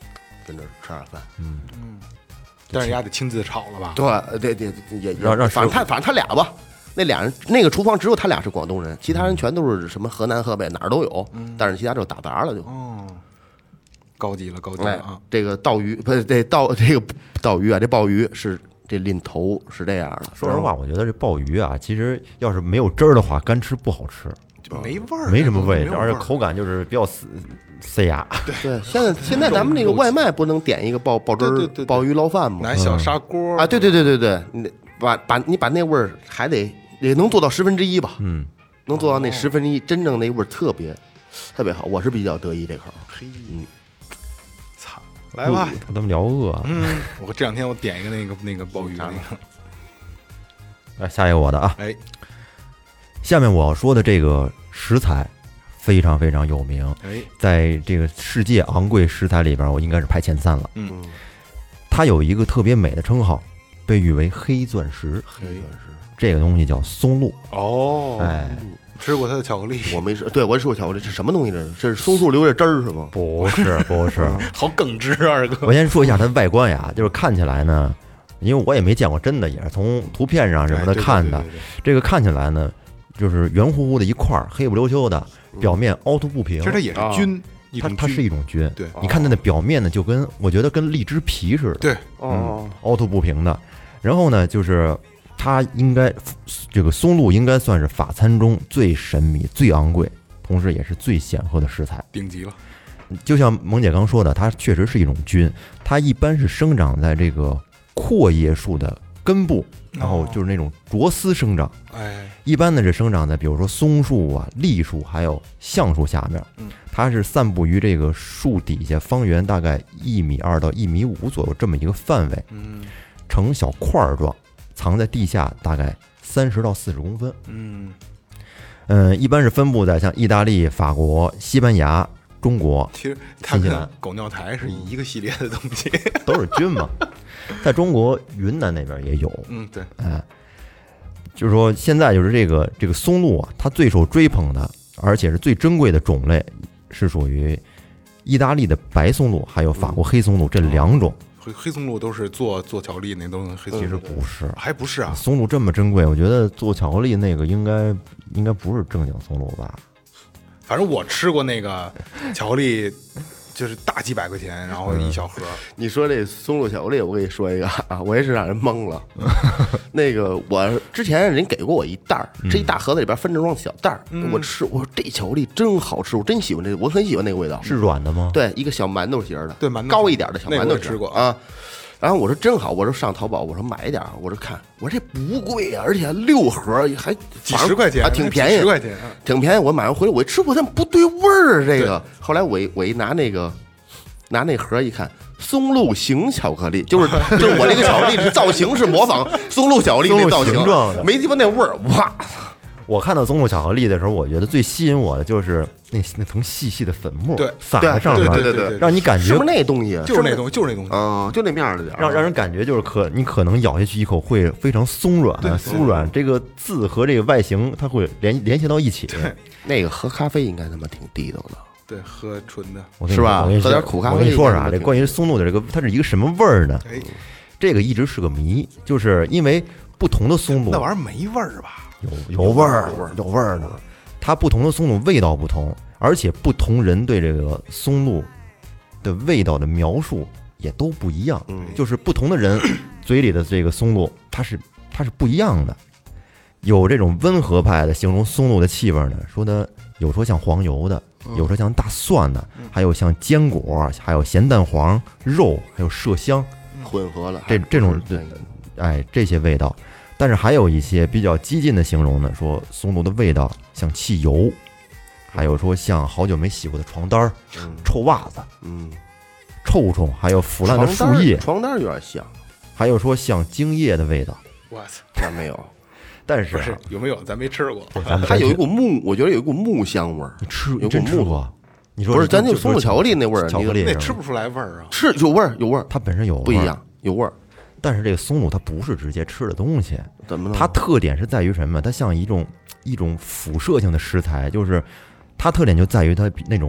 跟这吃点饭。 嗯嗯，但是人家得亲自炒了吧？ 对对对，也让让反正他反正他俩吧，那俩人那个厨房只有他俩是广东人，其他人全都是什么河南河北哪儿都有，但是其他就打杂了就。 哦，高级了，高级了啊！ 这个鲍鱼不是这鲍这个鲍鱼啊，这鲍鱼是这鳞头是这样的。 说实话，我觉得这鲍鱼啊，其实要是没有汁儿的话，干吃不好吃， 没味儿， 没什么味道， 而且口感就是比较死塞牙。 对，现在现在咱们那个外卖不能点一个鲍鲍汁儿鲍鱼捞饭吗？ 拿小砂锅啊，对对对对对，你把把你把那味儿还得也能做到十分之一吧？ 嗯， 能做到那十分之一，真正那味儿特别特别好，我是比较得意这口。 嘿， 嗯。 来吧， 我他妈聊饿了。 嗯，我这两天我点一个那个那个鲍鱼那个。 来，下一个我的啊。 哎， 下面我要说的这个食材非常非常有名， 哎， 在这个世界昂贵食材里边，我应该是排前三了。 嗯， 它有一个特别美的称号，被誉为黑钻石。 黑钻石， 这个东西叫松露。 哦， 哎。 吃过它的巧克力， 我没吃，对我吃过巧克力，这什么东西？这是这是松树流的汁儿是吗？ 不是，不是， 好耿直啊，二哥。 我先说一下它的外观呀，就是看起来呢，因为我也没见过真的，也是从图片上什么的看的。这个看起来呢，就是圆乎乎的一块儿，黑不溜秋的，表面凹凸不平。 其实它也是菌， 它它是一种菌。 对， 你看它的表面呢，就跟我觉得跟荔枝皮似的。 对， 嗯，凹凸不平的。然后呢，就是。它应该这个松露应该算是法餐中最神秘、最昂贵，同时也是最显赫的食材， 顶级了。 就像萌姐刚说的，它确实是一种菌，它一般是生长在这个阔叶树的根部，然后就是那种着丝生长。 哎， 一般呢是生长在比如说松树啊、栗树还有橡树下面。它是散布于这个树底下方圆大概一米二到一米五左右这么一个范围， 嗯， 呈小块状。藏在地下大概三十到四十公分， 嗯， 嗯，一般是分布在像意大利、法国、西班牙、中国。 其实它跟狗尿苔是一个系列的东西， 都是菌嘛。在中国云南那边也有， 嗯，对， 哎，就是说现在就是这个这个松露啊，它最受追捧的，而且是最珍贵的种类，是属于意大利的白松露，还有法国黑松露这两种。 黑黑松露都是做做巧克力那都是黑松露， 其实不是， 还不是啊。 松露这么珍贵，我觉得做巧克力那个应该应该不是正经松露吧？ 反正我吃过那个巧克力，就是大几百块钱，然后一小盒。 你说这松露巧克力，我跟你说一个啊，我也是让人懵了。那个我之前人给过我一袋儿，这一大盒子里边分着装小袋儿，我吃，我说这巧克力真好吃，我真喜欢这个，我很喜欢那个味道。 是软的吗？ 对，一个小馒头型的， 对，馒头高一点的小馒头吃过啊。然后我说真好，我说上淘宝，我说买一点，我说看，我说这不贵啊，而且六盒还几十块钱啊，挺便宜， 十块钱， 挺便宜。我买完回来我一吃，我怎么不对味儿？这个后来我一我一拿那个拿那盒一看，松露型巧克力，就是就是我这个巧克力是造型是模仿松露巧克力那造型，没鸡巴那味儿，哇！ 我看到松露巧克力的时候，我觉得最吸引我的就是那那层细细的粉末， 对， 撒在上面， 对对对， 让你感觉是不是那东西？ 就是那东西，就是那东西， 啊，就那面的点， 让让人感觉就是可你可能咬下去一口会非常松软、酥软，这个字和这个外形它会联联系到一起。 对， 那个喝咖啡应该他妈挺地道的。 对，喝纯的， 是吧？喝点苦咖啡。 我跟你说啥？这关于松露的这个，它是一个什么味儿呢？ 哎， 这个一直是个谜，就是因为不同的松露， 那玩意儿没味儿吧？ 有有味儿，有味儿的。它不同的松露味道不同，而且不同人对这个松露的味道的描述也都不一样。嗯，就是不同的人嘴里的这个松露，它是它是不一样的。有这种温和派的形容松露的气味呢，说的有说像黄油的，有说像大蒜的，还有像坚果，还有咸蛋黄、肉，还有麝香， 混合了。 这这种哎这些味道。但是还有一些比较激进的形容呢，说松露的味道像汽油，还有说像好久没洗过的床单、嗯、臭袜子、嗯，臭虫，还有腐烂的树叶。 床单有点像， 还有说像精液的味道。 我操， 那没有。 但是、啊、 是有没有咱没吃过？ 它有一股木，我觉得有一股木香味儿。 你吃有股木过？ 你说不是？咱就松露巧克力那味儿， 巧克力那吃不出来味儿啊？ 是有味儿，有味儿， 它本身有不一样，有味儿。 但是这个松露它不是直接吃的东西， 怎么呢？ 它特点是在于什么？它像一种一种辐射性的食材，就是它特点就在于它那种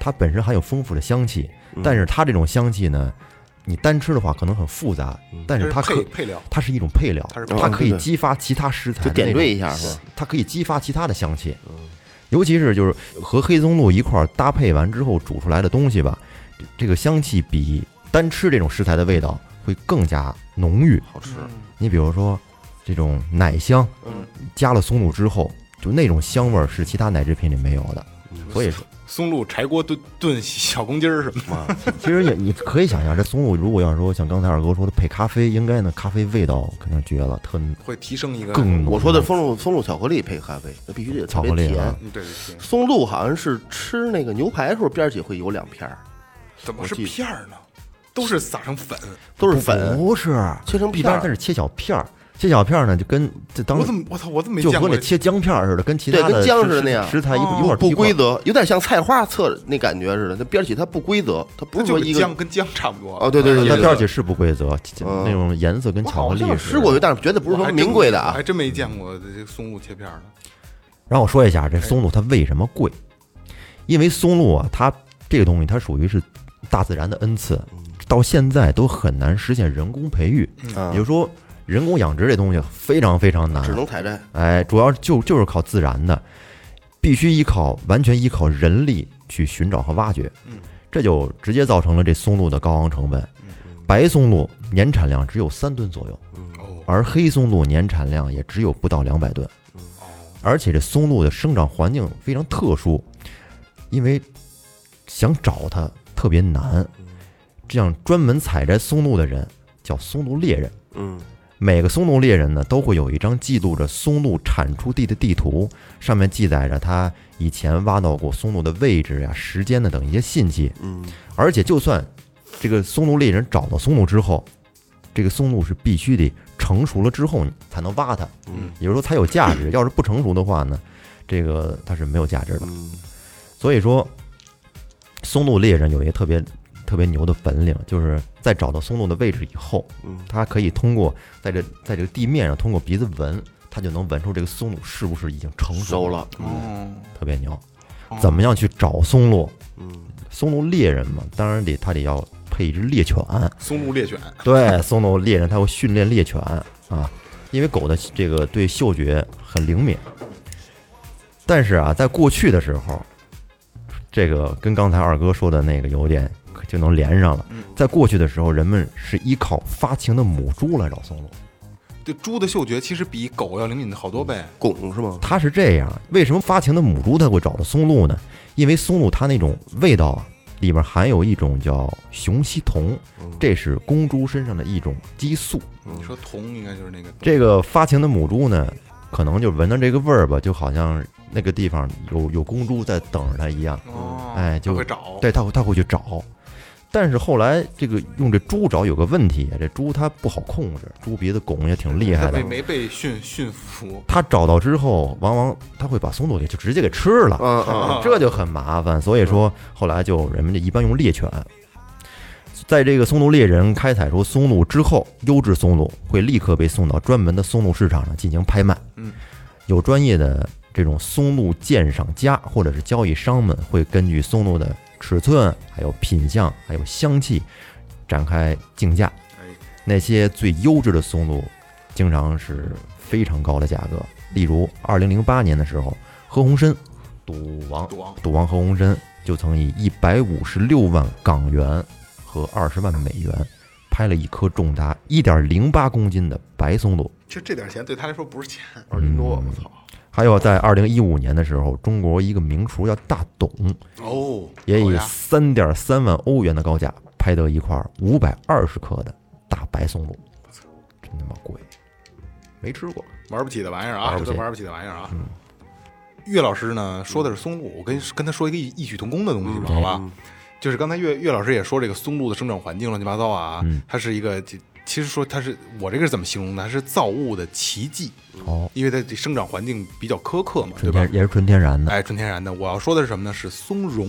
它本身含有丰富的香气，但是它这种香气呢，你单吃的话可能很复杂，但是它可配料， 它是一种配料，它可以激发其他食材， 就点缀一下是吧？ 它可以激发其他的香气，尤其是就是和黑松露一块搭配完之后煮出来的东西吧，这个香气比单吃这种食材的味道会更加浓郁， 好吃。 你比如说这种奶香，加了松露之后，就那种香味儿是其他奶制品里没有的，所以说。 松露柴锅炖炖小公鸡儿什么的， 其实也你可以想象，这松露如果要说像刚才二哥说的配咖啡，应该呢咖啡味道肯定绝了，特会提升一个更。 我说的松露松露巧克力配咖啡，那必须得巧克力甜。 对对。 松露好像是吃那个牛排的时候边儿起会有两片儿， 怎么是片儿呢？都是撒成粉， 都是粉， 不是切成片儿， 一般它是切小片儿。切小片呢，就跟这当我怎么我操我怎么没见过就和那切姜片似的，跟其他的对跟姜似的那样食材一一块不规则，有点像菜花侧那感觉似的。它边起它不规则，它不是说一个姜跟姜差不多。 哦，对对对， 它边起是不规则，那种颜色跟巧克力吃过，但是绝对不是说名贵的啊， 还真没见过这个松露切片的。 然后我说一下这松露它为什么贵，因为松露啊，它这个东西它属于是大自然的恩赐，到现在都很难实现人工培育，也就是说。人工养殖这东西非常非常难， 只能采摘。 哎，主要就就是靠自然的，必须依靠完全依靠人力去寻找和挖掘。嗯，这就直接造成了这松露的高昂成本。白松露年产量只有三吨左右，而黑松露年产量也只有不到两百吨。而且这松露的生长环境非常特殊，因为想找它特别难。这样专门采摘松露的人叫松露猎人。 嗯。 每个松露猎人呢，都会有一张记录着松露产出地的地图，上面记载着他以前挖到过松露的位置呀、时间的等一些信息。 嗯， 而且就算这个松露猎人找到松露之后，这个松露是必须得成熟了之后才能挖它， 嗯， 也就是说才有价值。要是不成熟的话呢，这个它是没有价值的。 嗯， 所以说，松露猎人有一个特别。特别牛的本领，就是在找到松露的位置以后，嗯，他可以通过在这在这个地面上通过鼻子闻，他就能闻出这个松露是不是已经成熟了。 嗯，特别牛。怎么样去找松露？ 嗯， 松露猎人嘛，当然得他得要配一只猎犬。 松露猎犬。 对，松露猎人他会训练猎犬啊，因为狗的这个对嗅觉很灵敏。但是啊，在过去的时候，这个跟刚才二哥说的那个有点。就能连上了。在过去的时候，人们是依靠发情的母猪来找松露。 对，猪的嗅觉其实比狗要灵敏的好多倍。 拱是吗？ 它是这样，为什么发情的母猪它会找到松露呢？因为松露它那种味道啊，里面含有一种叫雄烯酮，这是公猪身上的一种激素。 你说酮应该就是那个。 这个发情的母猪呢，可能就闻到这个味儿吧，就好像那个地方有有公猪在等着它一样。 哦， 哎，就会找。 对，它会它会去找。但是后来这个用这猪找有个问题，这猪它不好控制，猪鼻子拱也挺厉害的， 没被驯驯服。 它找到之后，往往它会把松露给就直接给吃了， 嗯嗯， 这就很麻烦。所以说后来就人们就一般用猎犬。在这个松露猎人开采出松露之后，优质松露会立刻被送到专门的松露市场上进行拍卖。 嗯， 有专业的这种松露鉴赏家或者是交易商们会根据松露的尺寸、还有品相、还有香气，展开竞价。那些最优质的松露，经常是非常高的价格。例如，二零零八年的时候，何鸿燊，赌王， 赌王， 赌王何鸿燊就曾以一百五十六万港元和二十万美元，拍了一颗重达一点零八公斤的白松露。 其实这点钱对他来说不是钱， 二斤多，我操！ 还有在二零一五年的时候，中国一个名厨叫大董哦， 也以三点三万欧元的高价拍得一块五百二十克的大白松露，真他妈贵，没吃过， 玩不起的玩意儿啊，这都玩不起的玩意儿啊。 嗯， 岳老师呢说的是松露，我跟跟他说一个异曲同工的东西吧， 嗯、 好吧？就是刚才岳岳老师也说这个松露的生长环境乱七八糟啊， 嗯、 它是一个。其实说它是我这个是怎么形容的？它是造物的奇迹哦， 因为它这生长环境比较苛刻嘛， 对吧？也是纯天然的， 哎，纯天然的。我要说的是什么呢？是松茸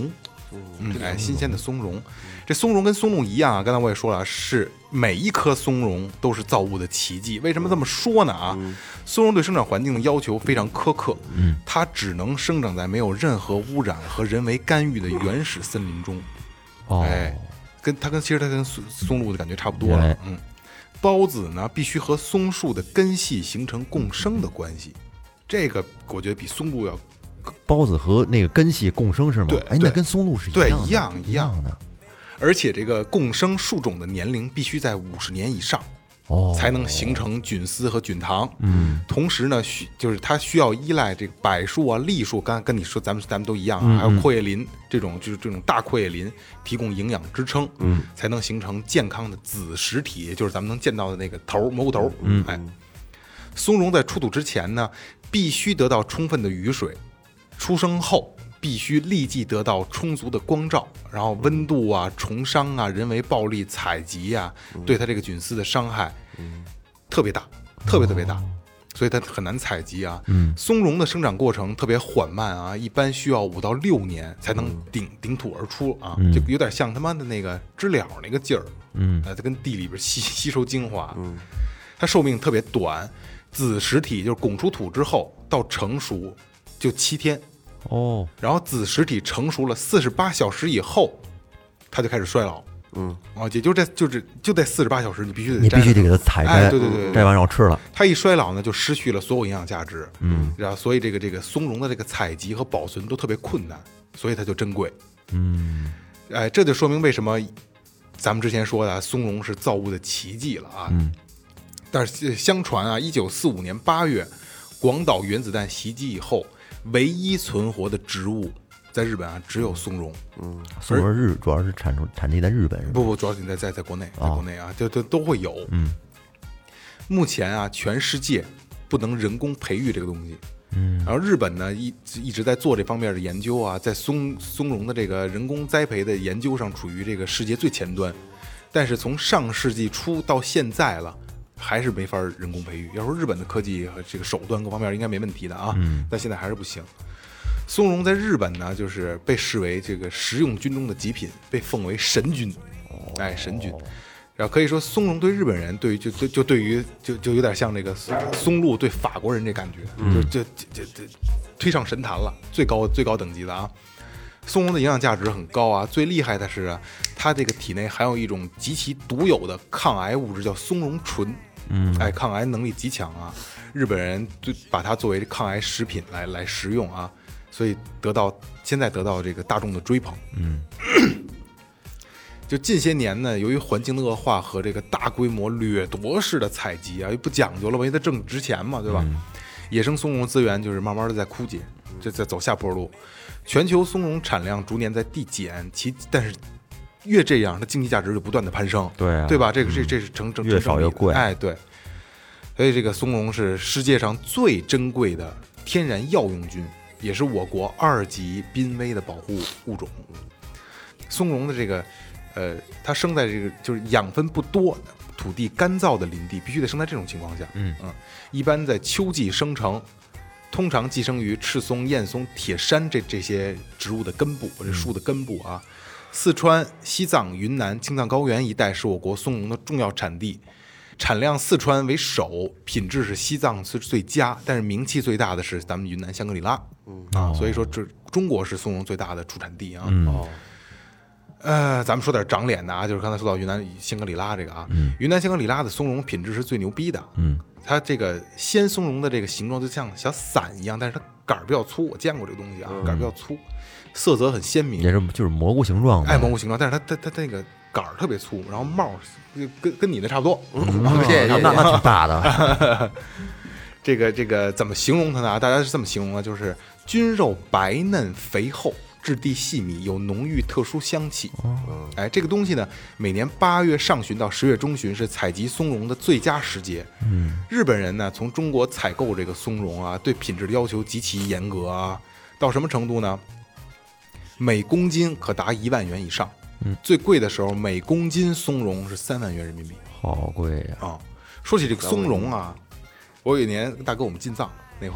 嗯，哎，新鲜的松茸，这松茸跟松露一样啊，刚才我也说了，是每一颗松茸都是造物的奇迹。为什么这么说呢？啊，松茸对生长环境的要求非常苛刻，嗯，它只能生长在没有任何污染和人为干预的原始森林中。 哦， 哎，跟它跟其实它跟松松露的感觉差不多了，嗯。孢子呢，必须和松树的根系形成共生的关系，这个我觉得比松露要。 孢子和那个根系共生是吗？ 对， 哎，那跟松露是一样的， 对，一样一样的。而且这个共生树种的年龄必须在五十年以上， 哦， 才能形成菌丝和菌糖。嗯，同时呢，需就是它需要依赖这个柏树啊、栎树，刚才跟你说，咱们咱们都一样啊， 嗯、 还有阔叶林这种，就是这种大阔叶林提供营养支撑，嗯，才能形成健康的子实体，就是咱们能见到的那个头蘑菇头。嗯，哎，松茸在出土之前呢，必须得到充分的雨水。出生后必须立即得到充足的光照，然后温度啊、虫伤啊、人为暴力采集啊，对它这个菌丝的伤害特别大，特别特别大，所以它很难采集啊。松茸的生长过程特别缓慢啊，一般需要五到六年才能顶顶土而出啊，就有点像他妈的那个知了那个劲儿，嗯，它跟地里边吸吸收精华，它寿命特别短，子实体就是拱出土之后到成熟。就七天哦， 然后子实体成熟了四十八小时以后，它就开始衰老。 嗯， 啊，也就在就是就在四十八小时，你必须得你必须得给它采摘， 哎，对对 对, 对， 摘完然后吃了。 它一衰老呢，就失去了所有营养价值。嗯，然后所以这个这个松茸的这个采集和保存都特别困难，所以它就珍贵。 嗯， 哎，这就说明为什么咱们之前说的松茸是造物的奇迹了啊。 嗯， 但是相传啊，一九四五年八月，广岛原子弹袭击以后。唯一存活的植物在日本啊，只有松茸。 嗯，松茸日主要是产出产地在日本是吧？ 不不，主要是在在在国内，在国内啊，就都都会有。嗯，目前啊，全世界不能人工培育这个东西。嗯，然后日本呢一一直在做这方面的研究啊，在松松茸的这个人工栽培的研究上处于这个世界最前端。但是从上世纪初到现在了。还是没法人工培育。要说日本的科技和这个手段各方面应该没问题的啊，嗯、但现在还是不行。松茸在日本呢，就是被视为这个食用菌中的极品，被奉为神菌，哎，神菌。然后可以说，松茸对日本人，对于就就就对于就就有点像这个松露对法国人这感觉，嗯、就就就就推上神坛了，最高最高等级的啊。松茸的营养价值很高啊，最厉害的是啊，它这个体内含有一种极其独有的抗癌物质，叫松茸醇。嗯，哎，抗癌能力极强啊，日本人就把它作为抗癌食品来来食用啊，所以得到现在得到这个大众的追捧。嗯，就近些年呢，由于环境的恶化和这个大规模掠夺式的采集啊，又不讲究了，因为它挣值钱嘛，对吧？嗯、野生松茸资源就是慢慢的在枯竭，就在走下坡路。全球松茸产量逐年在递减，其但是越这样，它经济价值就不断的攀升， 对、啊、 对吧？这个这这是成成越少越贵， 哎，对。所以这个松茸是世界上最珍贵的天然药用菌，也是我国二级濒危的保护物种。松茸的这个，呃，它生在这个就是养分不多、土地干燥的林地，必须得生在这种情况下。嗯嗯，一般在秋季生成。通常寄生于赤松、燕松、铁杉这这些植物的根部，这树的根部啊。四川、西藏、云南、青藏高原一带是我国松茸的重要产地，产量四川为首，品质是西藏是最佳，但是名气最大的是咱们云南香格里拉。嗯啊，所以说这中国是松茸最大的出产地啊。哦。呃，咱们说点长脸的啊，就是刚才说到云南香格里拉这个啊，嗯、云南香格里拉的松茸品质是最牛逼的。嗯。它这个鲜松茸的这个形状就像小伞一样，但是它杆儿比较粗，我见过这个东西啊，杆儿比较粗，色泽很鲜明， 也是就是蘑菇形状的， 哎，蘑菇形状，但是它它它那个杆儿特别粗，然后帽跟跟你的差不多， 嗯、谢谢，那那挺大的。 这个这个怎么形容它呢？大家是这么形容的，就是菌肉白嫩肥厚。质地细密，有浓郁特殊香气。哦、哎，这个东西呢，每年八月上旬到十月中旬是采集松茸的最佳时节。嗯，日本人呢从中国采购这个松茸啊，对品质的要求极其严格啊，到什么程度呢？每公斤可达一万元以上。嗯，最贵的时候，每公斤松茸是三万元人民币， 好贵呀！ 啊，说起这个松茸啊，我有一年大哥我们进藏那回。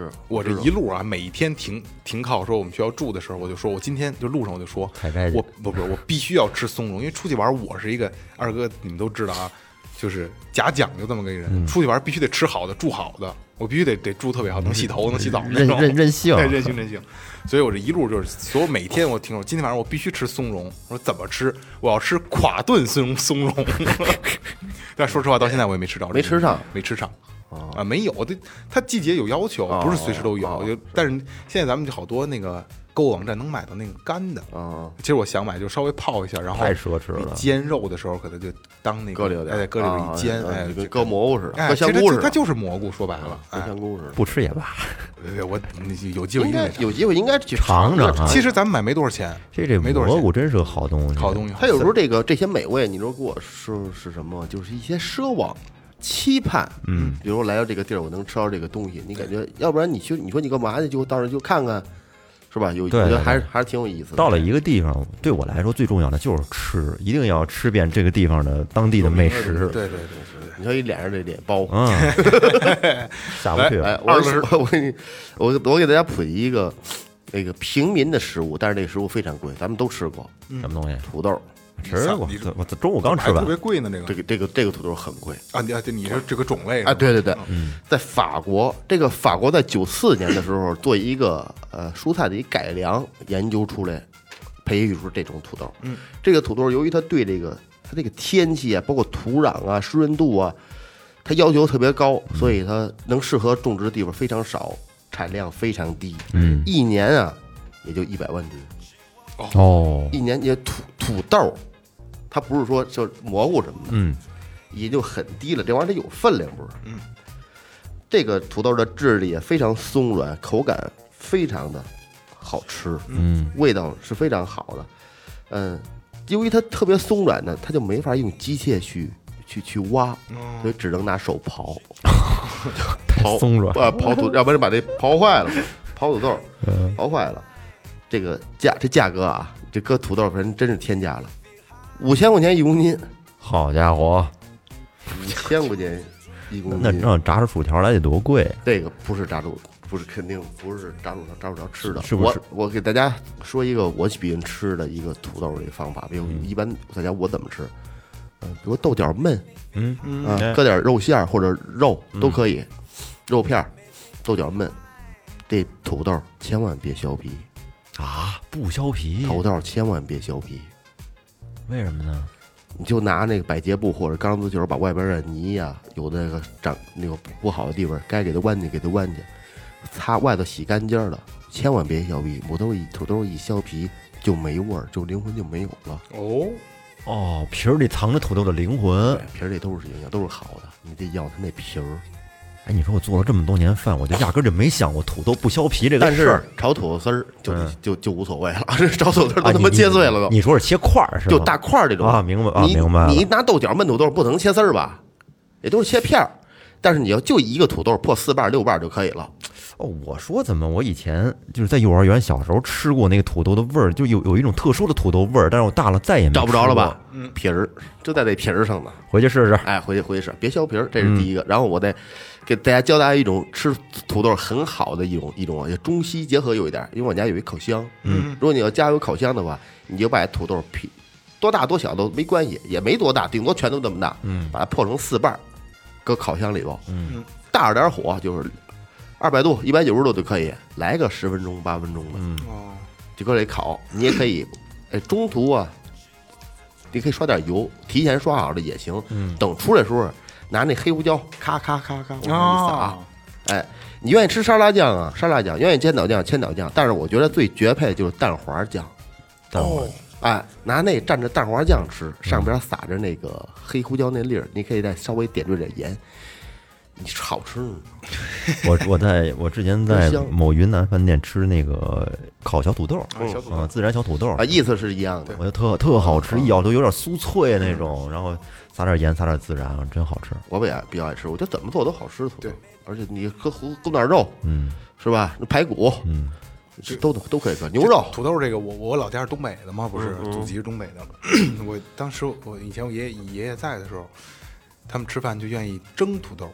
是我这一路啊，每一天停停靠说我们学校住的时候，我就说我今天就路上我就说，我不不我必须要吃松茸，因为出去玩我是一个二哥，你们都知道啊，就是假讲究这么个人，嗯、出去玩必须得吃好的，住好的，我必须得得住特别好，能洗头能洗澡那种， 任任性， 对，任性任性。所以我这一路就是所有每天我听说今天晚上我必须吃松茸，我说怎么吃？我要吃垮炖松松茸。但说实话，到现在我也没吃着， 没吃上， 没吃上。啊，没有，它它季节有要求，不是随时都有。 哦、 就但是现在咱们就好多那个购物网站能买到那个干的。 哦、 其实我想买，就稍微泡一下，然后太奢侈了。 煎肉的时候可能就当那个搁里头， 哎，搁里边一煎，哎， 跟搁蘑菇似的， 哎， 搁香菇似的。 它就是蘑菇，说白了， 跟香菇似的。 不吃也罢。 我有机会应该有机会应该去尝尝啊。 其实咱们买没多少钱， 这这没多少钱。 蘑菇真是个好东西， 好东西。 它有时候这个这些美味，你说给我说是什么？就是一些奢望。期盼， 嗯， 比如来到这个地儿，我能吃到这个东西，你感觉，要不然你去，你说你干嘛去？就到那儿就看看，是吧？有，我觉得还是还是挺有意思的。 到了一个地方，对我来说最重要的就是吃，一定要吃遍这个地方的当地的美食。 对对对对， 你说一脸上这脸包， 嗯，下不去了。 哎，我我我给你，我我给大家普及一个那个平民的食物，但是这个食物非常贵，咱们都吃过。 什么东西？ 土豆。 吃过，我中午刚吃完， 特别贵呢。这个这个这个这个土豆很贵啊！你啊，你说这个种类啊？对对对，在法国，这个法国在九四年的时候做一个呃蔬菜的一改良研究出来，培育出这种土豆。 嗯， 这个土豆由于它对这个它这个天气啊，包括土壤啊、湿润度啊，它要求特别高，所以它能适合种植的地方非常少，产量非常低。 嗯， 一年啊也就一百万吨。 哦， 一年也土土豆。它不是说就蘑菇什么的， 嗯， 也就很低了。这玩意儿它有分量，不是？ 嗯， 这个土豆的质地也非常松软，口感非常的好吃， 嗯， 味道是非常好的。嗯，由于它特别松软呢，它就没法用机械去去去挖，所以只能拿手刨， 刨松软啊，刨土，要不然把这刨坏了，刨土豆，刨坏了。这个价这价格啊，这搁土豆真真是天价了。五千块钱一公斤， 好家伙， 五千块钱一公斤， 那让炸出薯条来得多贵？ 这个不是炸薯，不是肯定不是炸薯条，炸薯条吃的。 是不是？ 我我给大家说一个我比人吃的一个土豆的一个方法，比如一般大家我怎么吃？嗯、呃，比如豆角焖， 嗯嗯啊，搁点肉馅或者肉都可以，肉片、豆角焖。这土豆千万别削皮啊！不削皮， 土豆千万别削皮。 为什么呢？ 你就拿那个百洁布或者钢丝球，把外边的泥呀、啊，有那个长那个不好的地方，该给它剜去，给它剜去，擦外头洗干净了，千万别削皮。土豆一土豆一削皮就没味儿，就灵魂就没有了。 哦哦，皮儿里藏着土豆的灵魂， 皮儿里都是营养，都是好的，你得要它那皮儿。 哎，你说我做了这么多年饭，我就压根就没想过土豆不削皮这个事儿。 但是炒土豆丝儿就、嗯、就就无所谓了，这炒土豆丝儿都他妈切碎了都。 你, 你说是切块儿是吧？ 就大块儿这种啊，明白啊， 明白。 你拿豆角焖土豆不能切丝儿吧？也都是切片儿，但是你要就一个土豆破四瓣六瓣就可以了。 哦，我说怎么我以前就是在幼儿园小时候吃过那个土豆的味儿，就有有一种特殊的土豆味儿，但是我大了再也没找不着了吧？ 嗯， 皮儿就在这皮儿上呢。 回去试试。 哎，回去回去试，别削皮儿，这是第一个。嗯、然后我再给大家教大家一种吃土豆很好的一种一种，就中西结合有一点。因为我家有一烤箱， 嗯， 如果你要家有烤箱的话，你就把土豆皮多大多小都没关系，也没多大，顶多全都这么大， 嗯， 把它破成四瓣，搁烤箱里头， 嗯， 大着点火，就是二百度、一百九十度就可以，来个十分钟、八分钟的， 嗯， 哦， 就搁这烤。你也可以，哎，中途啊，你可以刷点油，提前刷好了也行。 嗯， 等出来的时候，拿那黑胡椒咔咔咔咔往上一撒。 哦、 哎，你愿意吃沙拉酱啊？沙拉酱，愿意千岛酱，千岛酱。但是我觉得最绝配的就是蛋黄酱。 蛋黄， 哎，拿那蘸着蛋黄酱吃，上边撒着那个黑胡椒那粒儿，你可以再稍微点缀点盐。你吃好吃呢。 我我在我之前在某云南饭店吃那个烤小土豆，啊，自然小土豆啊，意思是一样的， 我觉得特特好吃，一咬都有点酥脆那种，然后撒点盐，撒点孜然，真好吃。 我也比较爱吃，我觉得怎么做都好吃土豆， 对， 而且你搁搁点肉， 嗯， 是吧？那排骨， 嗯， 都都可以搁牛肉。 土豆这个，我我老家是东北的嘛，不是嗯嗯祖籍是东北的。我当时我以前我爷爷爷爷在的时候，他们吃饭就愿意蒸土豆。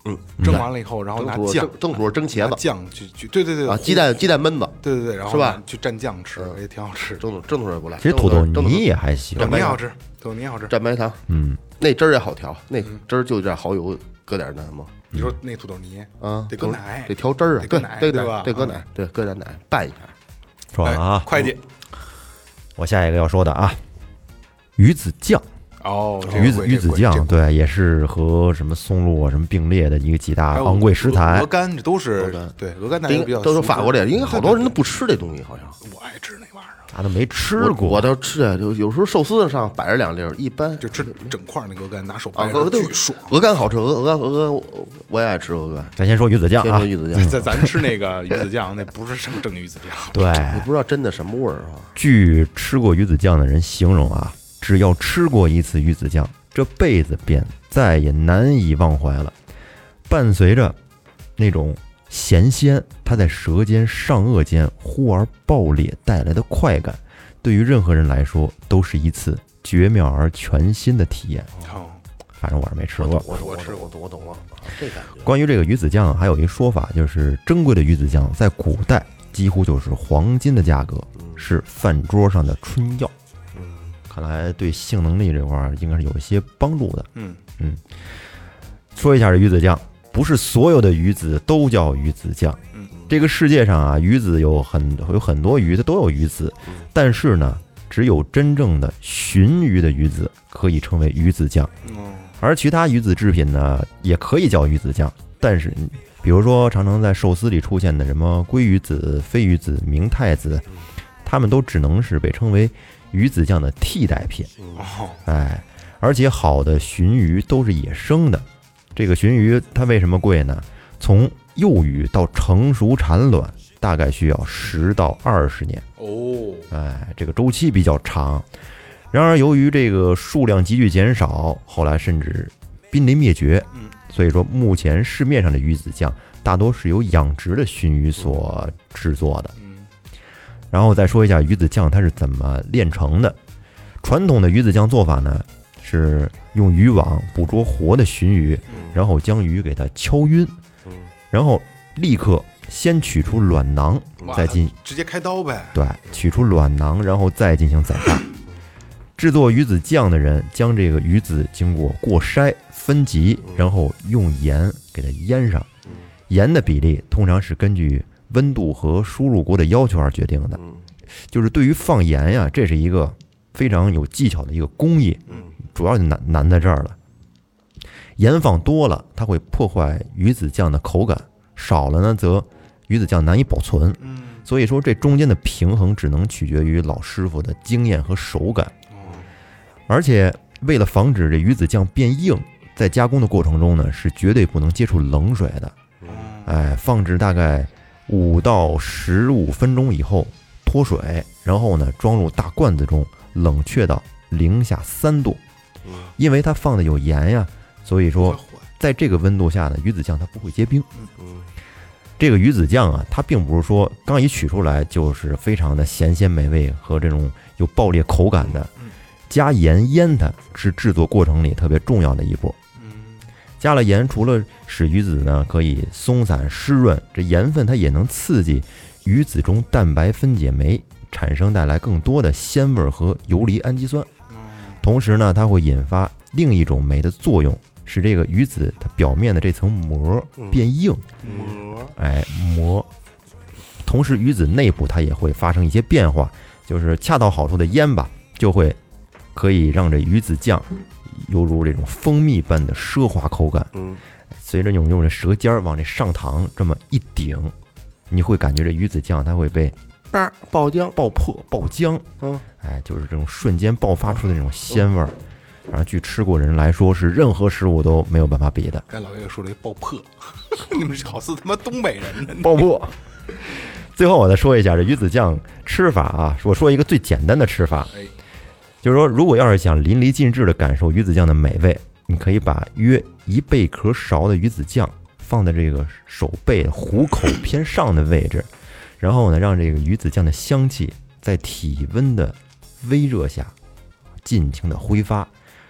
嗯， 蒸完了以后，然后拿酱， 蒸土蒸茄子， 酱去去，对对对啊，鸡蛋鸡蛋焖子， 对对对，然后是吧？ 去蘸酱吃，也挺好吃。 蒸蒸土也不赖， 其实土豆泥也还行， 土豆泥好吃，土豆泥好吃， 蘸白糖， 嗯， 那汁儿也好调，那汁儿就有点蚝油，搁点那什么。 你说那土豆泥啊， 得搁奶， 得调汁儿啊， 对，奶对吧？得搁奶，对，搁点奶拌一下。 说完了啊， 会计， 我下一个要说的啊，鱼子酱。 哦， 鱼子鱼子酱，对，也是和什么松露啊什么并列的一个几大昂贵食材。 鹅肝这都是对，鹅肝大家比较都是法国的，因为好多人都不吃这东西，好像。 我爱吃那玩意儿， 他都没吃过。 我倒吃啊，就有时候寿司上摆着两粒儿，一般就吃整块那个鹅肝，拿手啊， 掰着巨爽。 鹅肝好吃，鹅鹅鹅鹅，我也爱吃鹅肝。 咱先说鱼子酱啊， 鱼子酱， 咱咱吃那个鱼子酱，那不是什么正鱼子酱， 对， 你不知道真的什么味儿啊。 据吃过鱼子酱的人形容啊，只要吃过一次鱼子酱，这辈子便再也难以忘怀了。伴随着那种咸鲜，它在舌尖上颚间忽而爆裂带来的快感，对于任何人来说都是一次绝妙而全新的体验。 哦， 反正我是没吃过， 我我吃我懂我懂了。这感觉。 关于这个鱼子酱，还有一说法，就是珍贵的鱼子酱在古代几乎就是黄金的价格，是饭桌上的春药。看来对性能力这块儿应该是有一些帮助的。 嗯嗯，说一下这鱼子酱，不是所有的鱼子都叫鱼子酱。 嗯， 这个世界上啊，鱼子有很有很多鱼，它都有鱼子，但是呢，只有真正的鲟鱼的鱼子可以称为鱼子酱。 哦，而其他鱼子制品呢，也可以叫鱼子酱，但是比如说常常在寿司里出现的什么鲑鱼子、飞鱼子、明太子，它们都只能是被称为鱼子酱的替代品。 哦， 哎，而且好的鲟鱼都是野生的。这个鲟鱼它为什么贵呢？从幼鱼到成熟产卵，大概需要十到二十年。 哦， 哎，这个周期比较长。然而，由于这个数量急剧减少，后来甚至濒临灭绝。 嗯， 所以说目前市面上的鱼子酱大多是由养殖的鲟鱼所制作的。 嗯， 然后再说一下鱼子酱它是怎么炼成的。传统的鱼子酱做法呢，是用渔网捕捉活的鲟鱼，然后将鱼给它敲晕，然后立刻先取出卵囊，再进直接开刀呗。 对，取出卵囊，然后再进行宰杀。制作鱼子酱的人将这个鱼子经过过筛分级，然后用盐给它腌上。盐的比例通常是根据温度和输入锅的要求而决定的。就是对于放盐呀，这是一个非常有技巧的一个工艺，主要就难难在这儿了。盐放多了，它会破坏鱼子酱的口感；少了呢，则鱼子酱难以保存。所以说，这中间的平衡只能取决于老师傅的经验和手感。而且，为了防止这鱼子酱变硬，在加工的过程中呢，是绝对不能接触冷水的。哎，放置大概五到十五分钟以后脱水，然后呢装入大罐子中，冷却到零下三度。因为它放的有盐呀，所以说在这个温度下呢，鱼子酱它不会结冰。这个鱼子酱啊，它并不是说刚一取出来就是非常的咸鲜美味和这种有爆裂口感的。加盐腌它是制作过程里特别重要的一步。加了盐，除了使鱼子呢可以松散湿润，这盐分它也能刺激鱼子中蛋白分解酶，产生带来更多的鲜味和游离氨基酸。同时呢，它会引发另一种酶的作用，使这个鱼子它表面的这层膜变硬。 膜， 哎，膜。同时，鱼子内部它也会发生一些变化，就是恰到好处的腌吧，就会可以让这鱼子酱犹如这种蜂蜜般的奢华口感。 嗯， 随着你用这舌尖往这上膛这么一顶，你会感觉这鱼子酱它会被啊爆浆、 爆破、爆浆。 嗯， 哎，就是这种瞬间爆发出的这种鲜味儿。然后据吃过人来说，是任何食物都没有办法比的。 刚才老爷爷说了一爆破，你们好似他妈东北人呢。 爆破。最后我再说一下这鱼子酱吃法啊，我说一个最简单的吃法。就是说，如果要是想淋漓尽致的感受鱼子酱的美味，你可以把约一贝壳勺的鱼子酱放在这个手背虎口偏上的位置，然后呢，让这个鱼子酱的香气在体温的微热下尽情的挥发，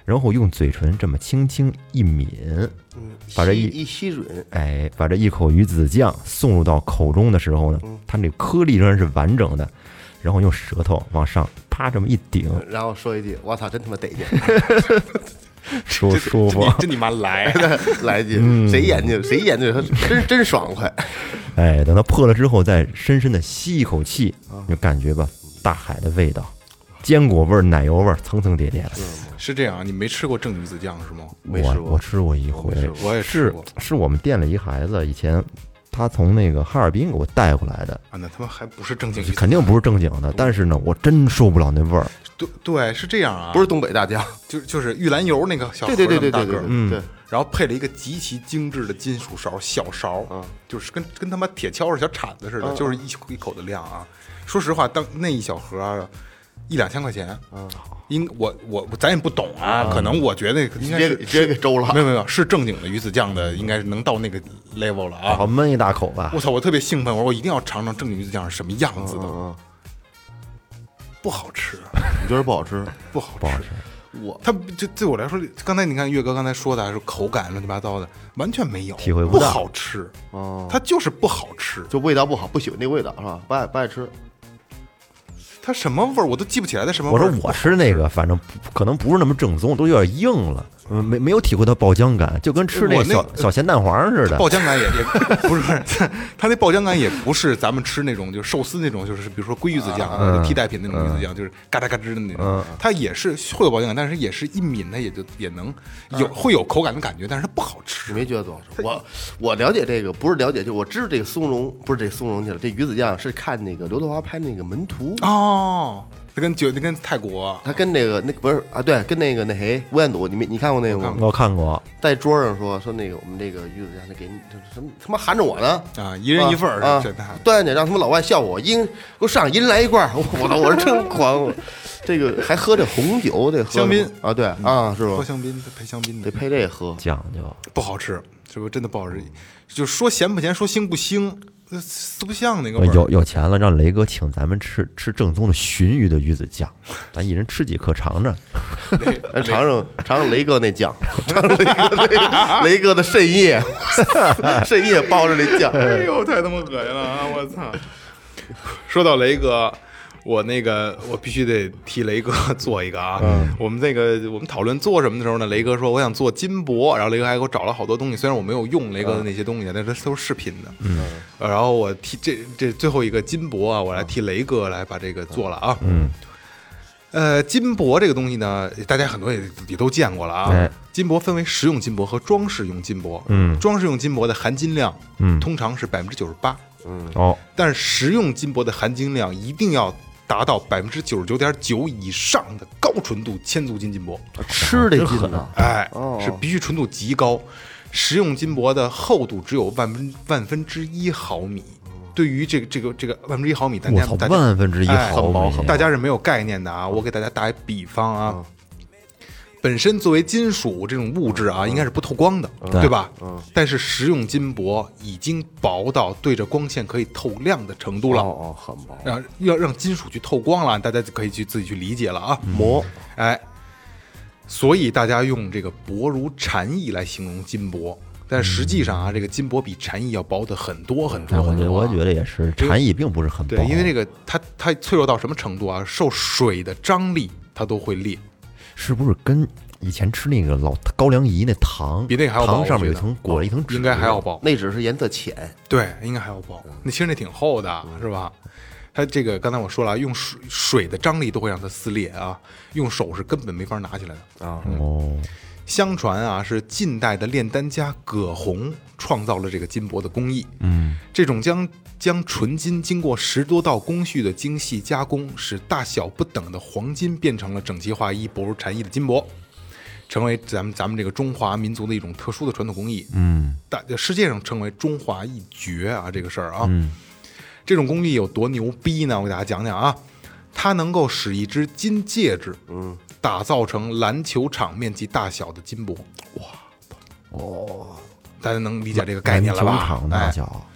然后用嘴唇这么轻轻一抿，把这一一吸吮， 哎，把这一口鱼子酱送入到口中的时候呢，它这颗粒仍然是完整的，然后用舌头往上啪这么一顶， 然后说一句：“我操，真他妈得劲！” 舒舒服， 真你妈来来一句，谁研究谁研究，真真爽快。 哎，等它破了之后，再深深的吸一口气，就感觉吧，大海的味道，坚果味儿、奶油味儿，层层叠叠的。 是这样啊？你没吃过正鱼子酱是吗？ 没吃过， 我吃过一回， 我也吃过。 是我们店里一孩子以前。他从那个哈尔滨给我带回来的啊，那他妈还不是正经， 肯定不是正经的。但是呢，我真受不了那味儿。 对对，是这样啊， 不是东北大酱， 就就是玉兰油那个小盒对对对对大个儿， 嗯， 然后配了一个极其精致的金属勺，小勺， 嗯， 就是跟跟他妈铁锹是小铲子似的， 嗯、 就是一一口的量啊。说实话，当那一小盒啊，一两千块钱， 嗯。 应我我咱也不懂啊，可能我觉得应该是直接给周了， 没有没有，是正经的鱼子酱的，应该是能到那个 level 了啊！ 好焖一大口吧！ 我操，我特别兴奋，我说我一定要尝尝正经鱼子酱是什么样子的。 嗯嗯、 不好吃， 你觉得不好吃？ 不好吃， 不好吃。 我他就对我来说，刚才你看岳哥刚才说的还是口感乱七八糟的，完全没有， 体会不到，不好吃。 哦， 它就是不好吃， 就味道不好，不喜欢那味道是吧？不爱不爱吃。 它什么味儿我都记不起来，它什么味儿。 我说我吃那个，反正可能不是那么正宗，都有点硬了，没没有体会到爆浆感，就跟吃那个小小咸蛋黄似的。 爆浆感也也不是，它那爆浆感也不是咱们吃那种就是寿司那种，就是比如说鲑鱼子酱、啊、替代品那种鱼子酱，就是嘎吱嘎吱的那种。 嗯、 它也是会有爆浆感，但是也是一抿它也就也能有会有口感的感觉，但是它不好吃。 你没觉得多好吃？我我了解这个不是了解，就我知道这个松茸不是这松茸去了，这鱼子酱是看那个刘德华拍那个《门徒》 哦。哦，他跟就那跟泰国， 他跟那个那不是啊，对，跟那个那谁吴彦祖，你没你看过那个吗？ 我看过， 在桌上说说那个我们这个鱼子酱，他给你什么他妈含着我呢啊，一人一份儿啊，对，得让他们老外笑我，一给我上一人来一罐，我我我是真狂，这个还喝这红酒得喝香槟啊，对啊，是吧？ 喝香槟配香槟得配这喝， 讲究不好吃，这个真的不好吃，就说咸不咸，说腥不腥。四不像那个味儿。 有有钱了，让雷哥请咱们吃吃正宗的鲟鱼的鱼子酱，咱一人吃几颗尝尝， 咱尝尝尝尝雷哥那酱，尝尝雷哥那雷哥的肾液，肾液包着那酱， 哎呦，太他妈恶心了啊！我操！说到雷哥。我那个，我必须得替雷哥做一个啊！嗯、我们那个，我们讨论做什么的时候呢？雷哥说我想做金箔，然后雷哥还给我找了好多东西，虽然我没有用雷哥的那些东西，嗯、但是都是饰品的。嗯，然后我替这这最后一个金箔啊，我来替雷哥来把这个做了啊。 嗯， 呃，金箔这个东西呢，大家很多也也都见过了啊。 哎、 金箔分为实用金箔和装饰用金箔。 嗯， 装饰用金箔的含金量， 嗯， 通常是百分之九十八。 嗯， 哦， 但是实用金箔的含金量一定要达到百分之九十九点九以上的高纯度千足金金箔， 吃这金呢， 哎， 哦、 是必须纯度极高。实用金箔的厚度只有万分万分之一毫米，对于这个这个这个万分之一毫米，大家大家万分之一毫米、 哎，大家是没有概念的啊。我给大家打一比方啊。嗯，本身作为金属这种物质啊，应该是不透光的， 嗯、 对吧？ 嗯。 但是实用金箔已经薄到对着光线可以透亮的程度了。 哦哦，很薄。 让要让金属去透光了，大家就可以去自己去理解了啊。 膜， 哎，所以大家用这个薄如蝉翼来形容金箔，但实际上啊，这个金箔比蝉翼要薄的很多很多很多。 我觉得也是，蝉翼并不是很薄。 对，因为这个它它脆弱到什么程度啊？受水的张力，它都会裂。 是不是跟以前吃那个老高粱饴那糖比那个还要薄？ 糖上面有一层裹了一层纸， 应该还要薄。 那纸是颜色浅， 对，应该还要薄。那其实那挺厚的，是吧？它这个刚才我说了，用水水的张力都会让它撕裂啊，用手是根本没法拿起来的啊。 哦， 相传啊，是近代的炼丹家葛洪创造了这个金箔的工艺。 嗯， 这种将将纯金经过十多道工序的精细加工，使大小不等的黄金变成了整齐划一、薄如蝉翼的金箔，成为咱们咱们这个中华民族的一种特殊的传统工艺。 嗯， 大世界上称为中华一绝啊，这个事儿啊。 嗯， 这种工艺有多牛逼呢？我给大家讲讲啊。它能够使一只金戒指， 嗯， 打造成篮球场面积大小的金箔。哇， 哦， 大家能理解这个概念了吧？ 篮球场大小。 哎，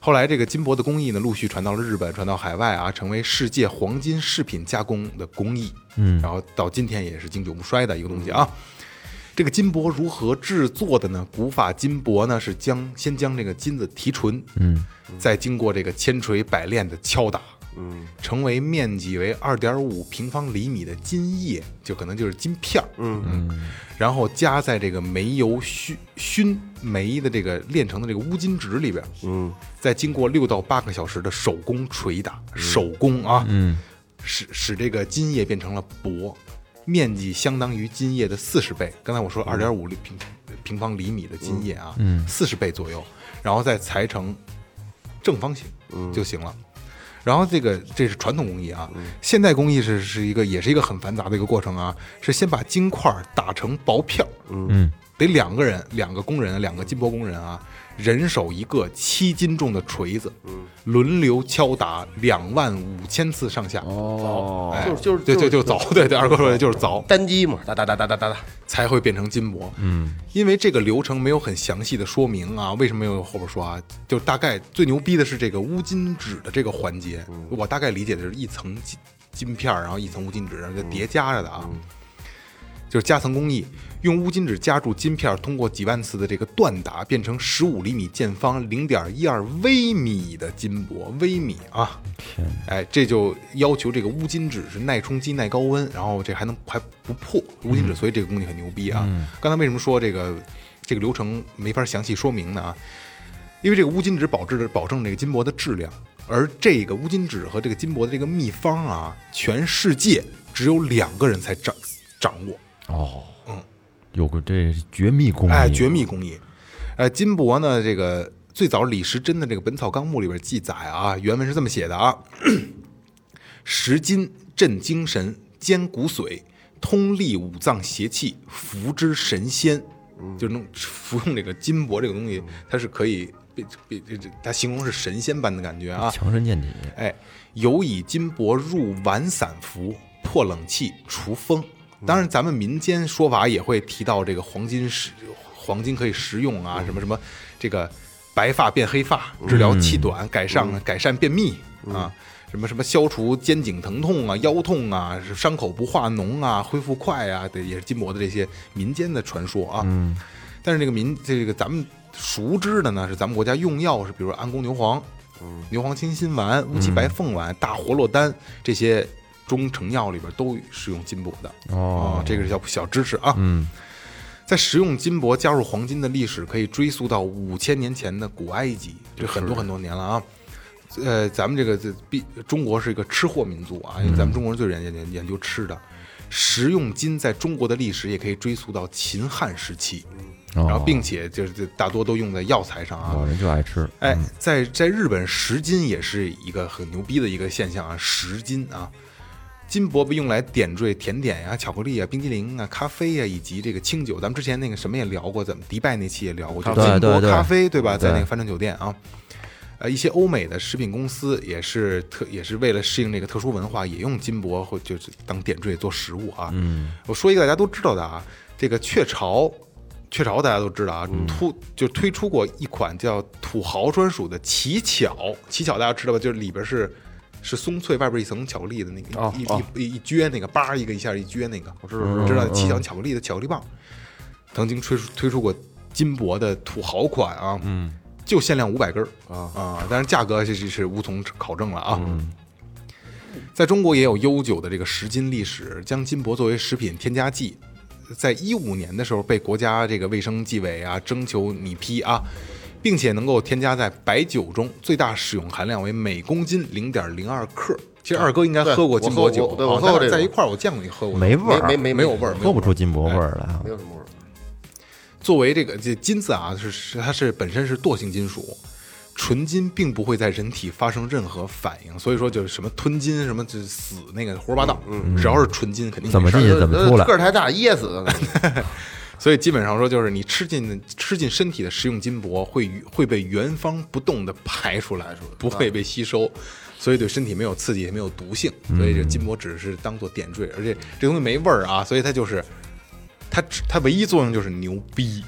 后来这个金箔的工艺呢，陆续传到了日本，传到海外啊，成为世界黄金饰品加工的工艺。 嗯， 然后到今天也是经久不衰的一个东西啊。这个金箔如何制作的呢？古法金箔呢是将先将这个金子提纯， 嗯， 再经过这个千锤百炼的敲打， 嗯， 成为面积为二点五平方厘米的金液，就可能就是金片儿， 嗯嗯，然后加在这个煤油熏熏煤的这个炼成的这个乌金纸里边， 嗯， 再经过六到八个小时的手工捶打，手工啊， 嗯， 使使这个金液变成了铂。面积相当于金叶的四十倍，刚才我说二点五平平方厘米的金叶啊， 嗯， 四十倍左右，然后再裁成正方形就行了。然后这个这是传统工艺啊，现代工艺是是一个也是一个很繁杂的一个过程啊，是先把金块打成薄片， 嗯， 得两个人，两个工人，两个金箔工人啊，人手一个七斤重的锤子，轮流敲打两万五千次上下。 哦， 哎、 就是就是对对就凿，对对，二哥说的就是凿， 单击嘛，哒哒哒哒哒哒哒， 才会变成金箔。 嗯， 因为这个流程没有很详细的说明啊，为什么没有后边说啊？就大概最牛逼的是这个乌金纸的这个环节，我大概理解的是一层金金片，然后一层乌金纸，然后就叠加着的啊。就是夹层工艺，用乌金纸夹住金片，通过几万次的这个锻打，变成十五厘米见方、零点一二微米的金箔，微米啊！哎，这就要求这个乌金纸是耐冲击、耐高温，然后这还能还不破乌金纸，所以这个工艺很牛逼啊！ 嗯、 刚才为什么说这个这个流程没法详细说明呢？啊，因为这个乌金纸保质保证这个金箔的质量，而这个乌金纸和这个金箔的这个秘方啊，全世界只有两个人才掌掌握。 哦， 嗯， 有个这绝密工艺， 哎，绝密工艺。呃，金箔呢，这个最早李时珍的这个《本草纲目》里边记载啊，原文是这么写的啊：食金镇精神，坚骨髓，通利五脏邪气，服之神仙。就是能服用这个金箔这个东西，它是可以被被这它形容是神仙般的感觉啊， 强身健体。 哎，有以金箔入丸散服，破冷气，除风。当然，咱们民间说法也会提到这个黄金食，黄金可以食用啊，什么什么，这个白发变黑发，治疗气短，改善改善便秘啊，什么什么消除肩颈疼痛啊、腰痛啊，伤口不化脓啊、恢复快啊，对，也是金箔的这些民间的传说啊。 嗯， 但是这个民这个咱们熟知的呢，是咱们国家用药是，比如说安宫牛黄、牛黄清心丸、乌鸡白凤丸、大活络丹这些。中成药里边都使用金箔的哦， 这个是小小知识啊。 嗯， 在食用金箔加入黄金的历史可以追溯到五千年前的古埃及，这很多很多年了啊。呃，咱们这个这必中国是一个吃货民族啊，因为咱们中国人最研研研究吃的，食用金在中国的历史也可以追溯到秦汉时期。然后，并且就是大多都用在药材上啊， 老人就爱吃。 哎，在在日本食金也是一个很牛逼的一个现象啊，食金啊。金箔被用来点缀甜点呀、巧克力啊、冰激凌啊、咖啡呀，以及这个清酒。咱们之前那个什么也聊过，怎么迪拜那期也聊过，就金箔咖啡，对吧？在那个帆船酒店啊，呃，一些欧美的食品公司也是特也是为了适应这个特殊文化，也用金箔或就是当点缀做食物啊。 嗯， 我说一个大家都知道的啊，这个雀巢，雀巢大家都知道啊，突就推出过一款叫土豪专属的奇巧，奇巧大家知道吧？就是里边是。是松脆，外边一层巧克力的那个、 哦、 一、 哦、 一一撅那个，叭一个一下一撅那个，我知道知道奇巧巧克力的巧克力棒，曾经推出推出过金箔的土豪款啊， 嗯， 就限量五百根啊啊，但是价格是是无从考证了啊。 嗯， 在中国也有悠久的这个食金历史，将金箔作为食品添加剂，在一五年的时候被国家这个卫生计委啊征求拟批啊。并且能够添加在白酒中，最大使用含量为每公斤零点零二克。其实二哥应该喝过金箔酒， 对，我喝过这个。 在一块儿我见过你喝过， 没味儿， 没没没有味儿， 喝不出金箔味儿来， 没有什么味儿。 作为这个这金子啊，是它是本身是惰性金属，纯金并不会在人体发生任何反应，所以说就是什么吞金什么就死那个胡说八道， 嗯， 只要是纯金肯定怎么进去怎么出来， 个儿太大噎死。 所以基本上说，就是你吃进吃进身体的食用金箔会会被原封不动的排出来，不会被吸收，所以对身体没有刺激，也没有毒性。所以这金箔只是当做点缀，而且这东西没味儿啊，所以它就是它它唯一作用就是牛逼。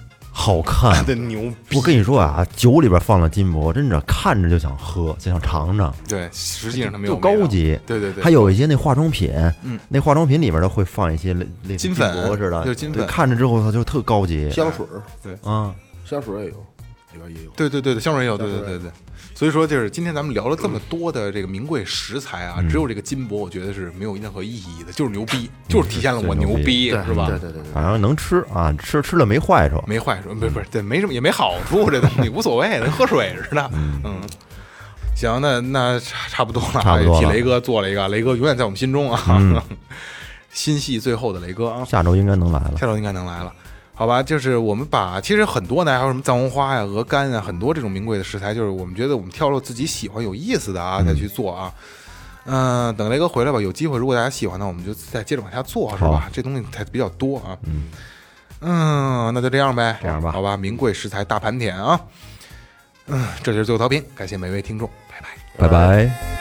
好看的牛逼。 我跟你说啊，酒里边放了金箔，真的看着就想喝，就想尝尝。 对，实际上它没有就高级。 对对对， 还有一些那化妆品， 嗯， 那化妆品里面都会放一些类类似金粉似的， 就是金粉， 看着之后它就特高级。 香水， 对啊， 香水也有，里边也有。 对对对对，香水也有，对对对对。所以说，就是今天咱们聊了这么多的这个名贵食材啊，只有这个金箔，我觉得是没有任何意义的，就是牛逼，就是体现了我牛逼，是吧？ 对对对对， 反正能吃啊，吃吃了没坏处， 没坏处，不是不是，对，没什么也没好处，这东西无所谓，跟喝水似的。嗯，行，那那差不多了， 差不多了。 替雷哥做了一个，雷哥永远在我们心中啊，心系最后的雷哥啊， 下周应该能来了， 下周应该能来了。好吧，就是我们把其实很多呢，还有什么藏红花呀、鹅肝啊，很多这种名贵的食材，就是我们觉得我们挑了自己喜欢、有意思的啊，再去做啊。嗯、呃，等雷哥回来吧，有机会如果大家喜欢呢，我们就再接着往下做，是吧？这东西才比较多啊。 嗯嗯，那就这样呗， 这样吧， 好吧。名贵食材大盘点啊。嗯，这就是最后调频，感谢每位听众，拜拜， 拜拜。